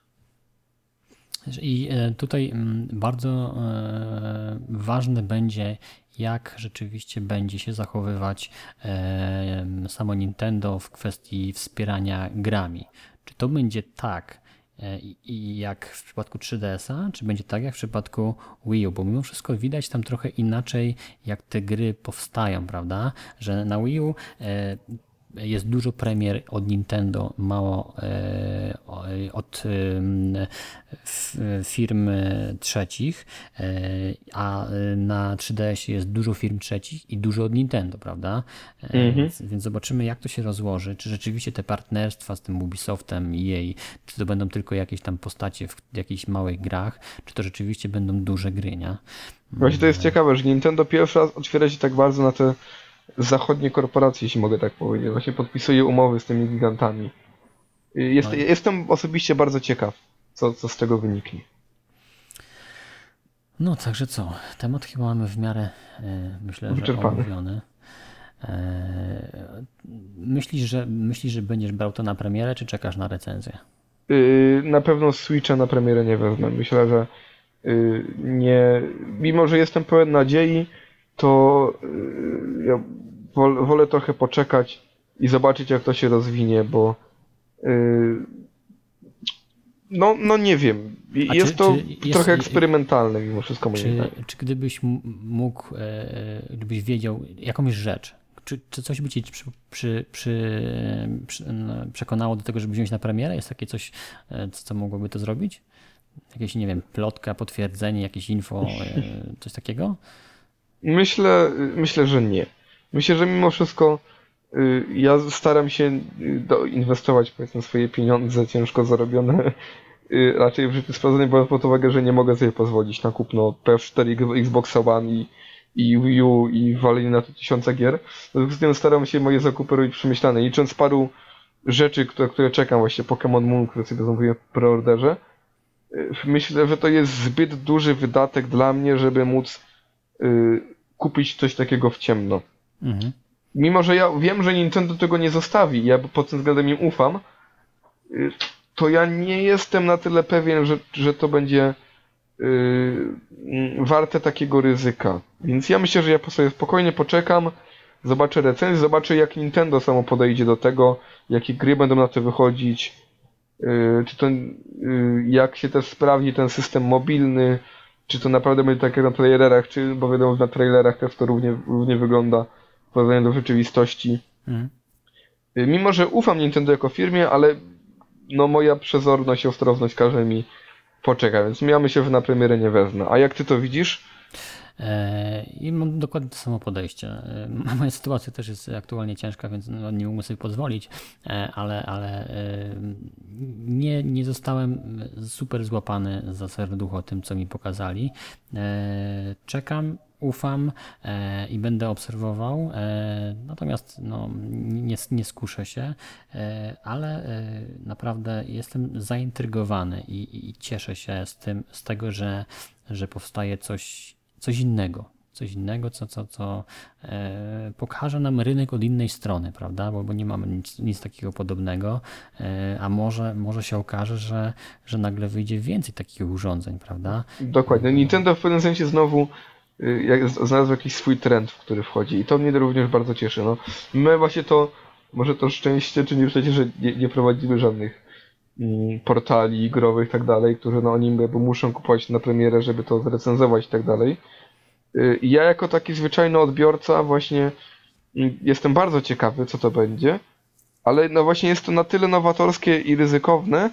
Speaker 2: I e, tutaj mm, bardzo e, ważne będzie, jak rzeczywiście będzie się zachowywać e, samo Nintendo w kwestii wspierania grami. Czy to będzie tak, e, i- i jak w przypadku trzy D S a, czy będzie tak jak w przypadku Wii U, bo mimo wszystko widać tam trochę inaczej, jak te gry powstają, prawda? Że na Wii U e, jest dużo premier od Nintendo, mało e, o- od em, f- firm e, trzecich, e, a na trzy D S ie jest dużo firm trzecich i dużo od Nintendo, prawda? E,
Speaker 3: Mhm.
Speaker 2: Więc, więc zobaczymy, jak to się rozłoży. Czy rzeczywiście te partnerstwa z tym Ubisoftem i jej, czy to będą tylko jakieś tam postacie w jakichś małych grach, czy to rzeczywiście będą duże gry, nie?
Speaker 3: Właśnie to jest ciekawe, że Nintendo pierwszy raz otwiera się tak bardzo na te zachodnie korporacje, jeśli mogę tak powiedzieć. Właśnie podpisuje umowy z tymi gigantami. Y, Jest,
Speaker 2: No i-
Speaker 3: jestem osobiście bardzo ciekaw, co, co z tego wyniknie.
Speaker 2: No, także co? Temat chyba mamy w miarę, e, myślę, że
Speaker 3: Wyczerpany.
Speaker 2: omówiony. E, myślisz, że, myślisz, że będziesz brał to na premierę, czy czekasz na recenzję?
Speaker 3: Yy, na pewno Switcha na premierę nie wezmę. Myślę, że yy, nie. Mimo, że jestem pełen nadziei, to yy, ja wol, wolę trochę poczekać i zobaczyć, jak to się rozwinie, bo yy, no, no nie wiem.
Speaker 2: A
Speaker 3: Jest
Speaker 2: czy-
Speaker 3: to
Speaker 2: czy jest-
Speaker 3: trochę eksperymentalne mimo wszystko moim
Speaker 2: Czy,
Speaker 3: zdaniem.
Speaker 2: czy gdybyś m- mógł, e, gdybyś wiedział jakąś rzecz, czy, czy coś by cię przy, przy, przy, przy, no, przekonało do tego, żeby wziąć na premierę? Jest takie coś, e, co, co mogłoby to zrobić? Jakieś, nie wiem, plotka, potwierdzenie, jakieś info, e, coś takiego?
Speaker 3: Myślę, myślę, że nie. Myślę, że mimo wszystko y, ja staram się y, do, inwestować powiedzmy swoje pieniądze ciężko zarobione y, raczej w życiu sprawdzone, biorąc pod uwagę, że nie mogę sobie pozwolić na kupno P S cztery, Xbox One i, i Wii U i walenie na to tysiące gier. W związku z tym staram się moje zakupy robić przemyślane. Licząc paru rzeczy, które, które czekam, właśnie Pokémon Moon, które sobie zamówiłem w preorderze, y, myślę, że to jest zbyt duży wydatek dla mnie, żeby móc y, kupić coś takiego w ciemno.
Speaker 2: Mhm.
Speaker 3: Mimo, że ja wiem, że Nintendo tego nie zostawi, ja pod tym względem im ufam, y, to ja nie jestem na tyle pewien, że, że to będzie y, mm, warte takiego ryzyka. Więc ja myślę, że ja po sobie spokojnie poczekam, zobaczę recenzję, zobaczę jak Nintendo samo podejdzie do tego, jakie gry będą na to wychodzić, y, czy to, y, jak się też sprawdzi ten system mobilny, czy to naprawdę będzie tak jak na trailerach, czy, bo wiadomo, że na trailerach też to równie, równie wygląda w porównaniu do rzeczywistości.
Speaker 2: Mhm.
Speaker 3: Y, Mimo, że ufam Nintendo jako firmie, ale no moja przezorność i ostrożność każe mi poczekać, więc ja myślę, że na premierę nie wezmę. A jak ty to widzisz?
Speaker 2: E, I mam dokładnie to samo podejście. E, Moja sytuacja też jest aktualnie ciężka, więc no, nie mogę sobie pozwolić, e, ale, ale e, nie, nie zostałem super złapany za serducho tym, co mi pokazali. E, Czekam, ufam e, i będę obserwował, e, natomiast no, nie, nie skuszę się, e, ale e, naprawdę jestem zaintrygowany i, i, i cieszę się z tym, z tego, że, że powstaje coś coś innego, coś innego, co, co, co e, pokaże nam rynek od innej strony, prawda, bo, bo nie mamy nic, nic takiego podobnego, e, a może, może się okaże, że, że nagle wyjdzie więcej takich urządzeń, prawda.
Speaker 3: Dokładnie. Nintendo w pewnym sensie znowu y, jak z- znalazł jakiś swój trend, w który wchodzi i to mnie również bardzo cieszy. No, my właśnie to, może to szczęście czy nieszczęście, że nie, nie prowadzimy żadnych mm, portali growych i tak dalej, którzy no oni jakby muszą kupować na premierę, żeby to zrecenzować i tak dalej. Y, I ja jako taki zwyczajny odbiorca właśnie mm, jestem bardzo ciekawy, co to będzie, ale no właśnie jest to na tyle nowatorskie i ryzykowne,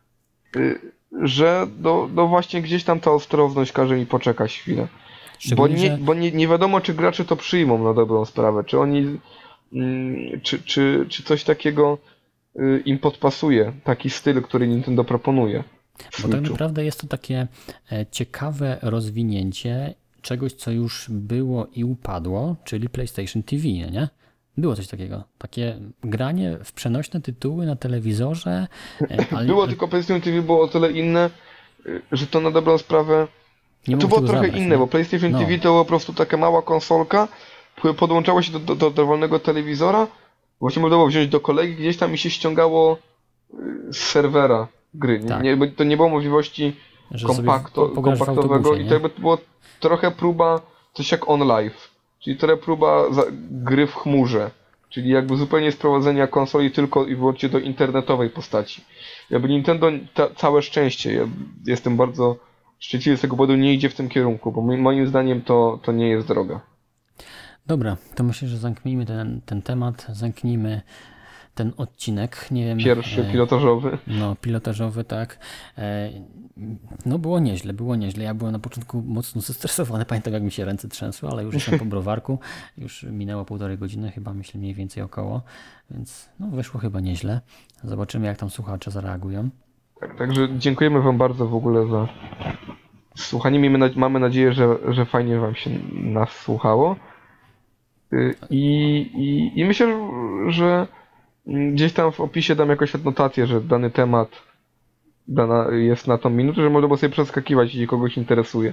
Speaker 3: y, że no, no właśnie gdzieś tam ta ostrożność każe mi poczekać chwilę. Bo,
Speaker 2: Szczególnie,
Speaker 3: nie,
Speaker 2: że
Speaker 3: bo nie, nie wiadomo, czy gracze to przyjmą na dobrą sprawę, czy oni, mm, czy, czy, czy coś takiego y, im podpasuje, taki styl, który Nintendo proponuje w
Speaker 2: bo tak
Speaker 3: Switchu.
Speaker 2: naprawdę jest to takie e, ciekawe rozwinięcie czegoś, co już było i upadło, czyli PlayStation T V, nie? Było coś takiego. Takie granie w przenośne tytuły na telewizorze. e, Ale
Speaker 3: Było tylko PlayStation T V było o tyle inne, y, że to na dobrą sprawę
Speaker 2: nie
Speaker 3: to
Speaker 2: mógł
Speaker 3: było
Speaker 2: tego
Speaker 3: trochę
Speaker 2: zabrać,
Speaker 3: inne,
Speaker 2: nie?
Speaker 3: bo PlayStation
Speaker 2: No.
Speaker 3: T V to była po prostu taka mała konsolka, p- podłączało się do, do, do dowolnego telewizora, właśnie można było wziąć do kolegi gdzieś tam i się ściągało y, z serwera gry. Nie,
Speaker 2: Tak.
Speaker 3: nie, bo to nie było możliwości
Speaker 2: Że sobie
Speaker 3: kompakto,
Speaker 2: po- pograsz w
Speaker 3: kompaktowego
Speaker 2: autobusie,
Speaker 3: i
Speaker 2: nie?
Speaker 3: to jakby to było trochę próba, coś jak On Live, czyli trochę próba za, gry w chmurze, czyli jakby zupełnie sprowadzenia konsoli tylko i wyłącznie do internetowej postaci. Jakby Nintendo, ta, całe szczęście, ja jestem bardzo szczęśliwy z tego powodu, nie idzie w tym kierunku, bo moim- moim zdaniem to, to nie jest droga.
Speaker 2: Dobra, to myślę, że zamknijmy ten, ten temat, zamknijmy ten odcinek. Nie wiem.
Speaker 3: Pierwszy
Speaker 2: e,
Speaker 3: pilotażowy.
Speaker 2: No, pilotażowy, tak. E, No, było nieźle, było nieźle. Ja byłem na początku mocno zestresowany. Pamiętam, jak mi się ręce trzęsły, ale już jestem po browarku. Już minęło półtorej godziny, chyba myślę mniej więcej około. Więc no, wyszło chyba nieźle. Zobaczymy, jak tam słuchacze zareagują.
Speaker 3: Tak, także dziękujemy wam bardzo w ogóle za słuchanie. Mamy, na- mamy nadzieję, że, że fajnie wam się nas słuchało. Y, I, i, i myślę, że gdzieś tam w opisie dam jakąś adnotację, że dany temat dana jest na tą minutę, że można było sobie przeskakiwać, jeśli kogoś interesuje y,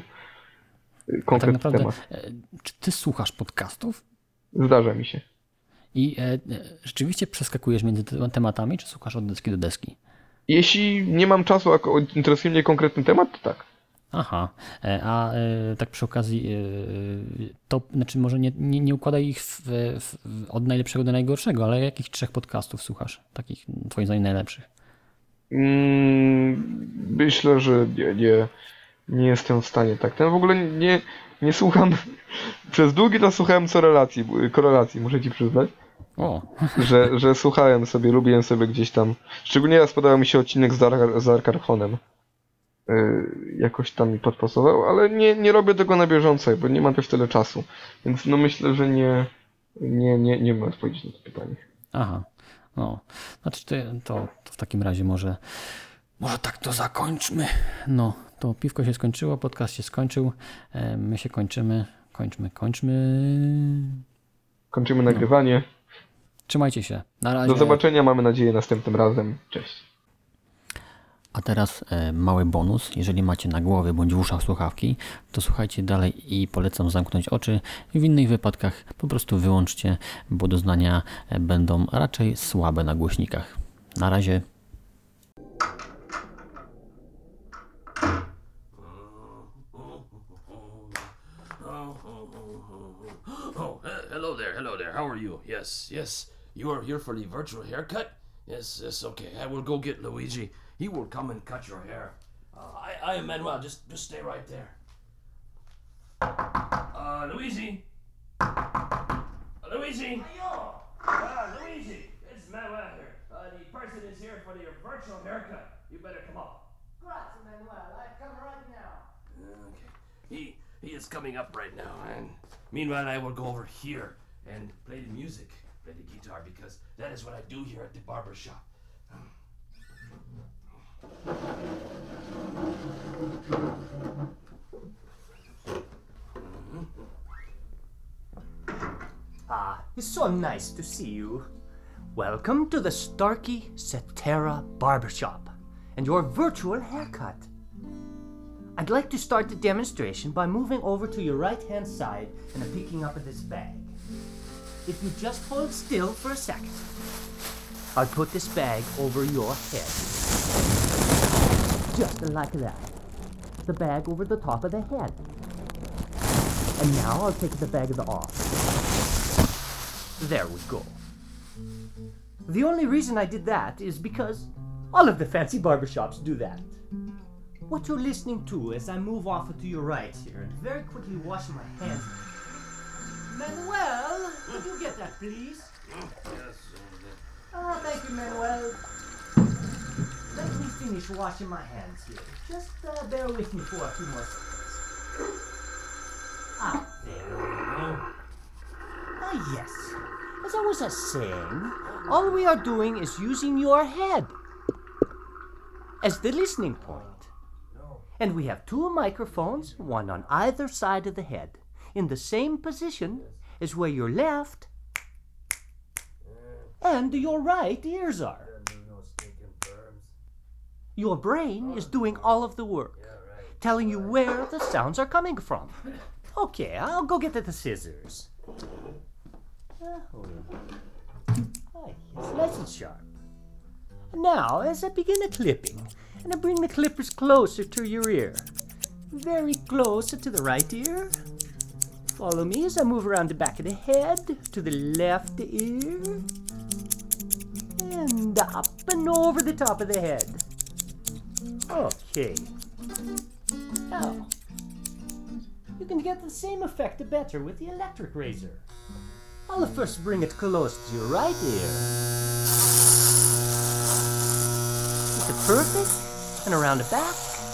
Speaker 2: A tak
Speaker 3: konkretny
Speaker 2: naprawdę,
Speaker 3: temat.
Speaker 2: e, czy ty słuchasz podcastów?
Speaker 3: Zdarza mi się.
Speaker 2: I e, e, rzeczywiście przeskakujesz między te- tematami, czy słuchasz od deski do deski?
Speaker 3: Jeśli nie mam czasu, a ko- interesuje mnie konkretny temat, to tak.
Speaker 2: Aha, e, a e, tak przy okazji, e, to znaczy może nie, nie, nie układaj ich w, w, od najlepszego do najgorszego, ale jakich trzech podcastów słuchasz? Takich twoim zdaniem najlepszych?
Speaker 3: Mm, myślę, że nie, nie, nie jestem w stanie tak. Ten w ogóle nie, nie słucham. Przez długi czas słuchałem co relacji, korelacji, muszę ci przyznać.
Speaker 2: O,
Speaker 3: Że, że słuchałem sobie, lubiłem sobie gdzieś tam. Szczególnie raz podobał mi się odcinek z, Dark, z Arkarchonem. Yy, jakoś tam mi podpasował, ale nie, nie robię tego na bieżąco, bo nie mam też tyle czasu. Więc no myślę, że nie, nie, nie, nie mogę odpowiedzieć na to pytanie.
Speaker 2: aha, no, znaczy to, to, to w takim razie może, może tak to zakończmy. No, to piwko się skończyło, podcast się skończył, e, my się kończymy, kończmy, kończmy.
Speaker 3: Kończymy nagrywanie.
Speaker 2: Trzymajcie się, na razie.
Speaker 3: Do zobaczenia, mamy nadzieję, następnym razem. Cześć.
Speaker 2: A teraz e, mały bonus. Jeżeli macie na głowie bądź w uszach słuchawki, to słuchajcie dalej i polecam zamknąć oczy. W innych wypadkach po prostu wyłączcie, bo doznania e, będą raczej słabe na głośnikach. Na razie.
Speaker 4: Oh, he- hello there, hello there. How are you? Yes, yes. You are here for the virtual haircut? Yes, yes, okay. I will go get Luigi. He will come and cut your hair. Uh, I, I am Manuel. Just, just stay right there. Uh, Luigi? Uh, Luigi? Uh, Luigi, it's Manuel here. Uh, the person is here for your virtual haircut. You better come up.
Speaker 5: Grazie, Manuel. I come right now.
Speaker 4: Okay. He he is coming up right now, and meanwhile I will go over here and play the music, play the guitar, because that is what I do here at the barber shop.
Speaker 5: Ah, it's so nice to see you. Welcome to the Starkey Cetera Barbershop and your virtual haircut. I'd like to start the demonstration by moving over to your right-hand side and picking up this bag. If you just hold still for a second, I'll put this bag over your head. Just like that. The bag over the top of the head. And now I'll take the bag off. There we go. The only reason I did that is because All of the fancy barbershops do that. What you're listening to as I move off to your right here and very quickly wash my hands. Manuel, could you get that, please?
Speaker 4: Yes.
Speaker 5: Ah, thank you, Manuel. Let me finish washing my hands here. Just uh, bear with me for a few more seconds. Ah, there we go. Ah, yes. As I was uh, saying, all we are doing is using your head as the listening point. And we have two microphones, one on either side of the head, in the same position as where your left and your right ears are. Your brain is doing all of the work, telling you where the sounds are coming from. Okay, I'll go get the scissors. Oh, yes, nice and sharp. Now, as I begin the clipping, and I bring the clippers closer to your ear, very close to the right ear. Follow me as I move around the back of the head to the left ear, and up and over the top of the head. Okay. Now, you can get the same effect better with the electric razor. I'll first bring it close to your right ear. Is it perfect? And around the back.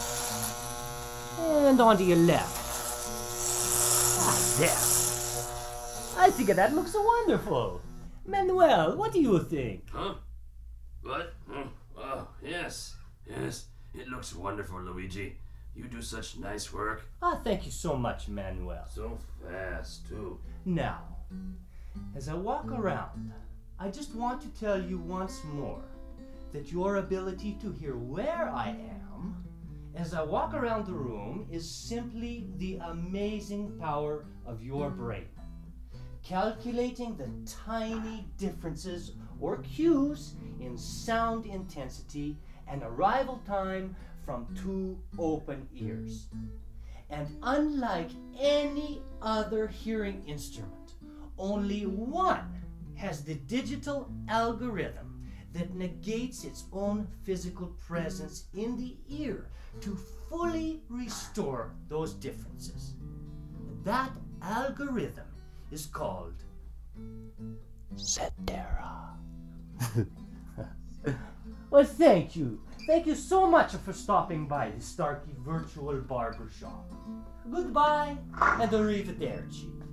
Speaker 5: And onto your left. Ah, there. I think that looks wonderful. Manuel, what do you think?
Speaker 4: Huh? What? Oh, oh, yes. Yes. It looks wonderful, Luigi. You do such nice work.
Speaker 5: Ah, thank you so much, Manuel.
Speaker 4: So fast, too.
Speaker 5: Now, as I walk around, I just want to tell you once more that your ability to hear where I am as I walk around the room is simply the amazing power of your brain. Calculating the tiny differences or cues in sound intensity and arrival time from two open ears. And unlike any other hearing instrument, only one has the digital algorithm that negates its own physical presence in the ear to fully restore those differences. That algorithm is called Cetera. Well, thank you. Thank you so much for stopping by the Starkey Virtual Barbershop. Goodbye and arrivederci.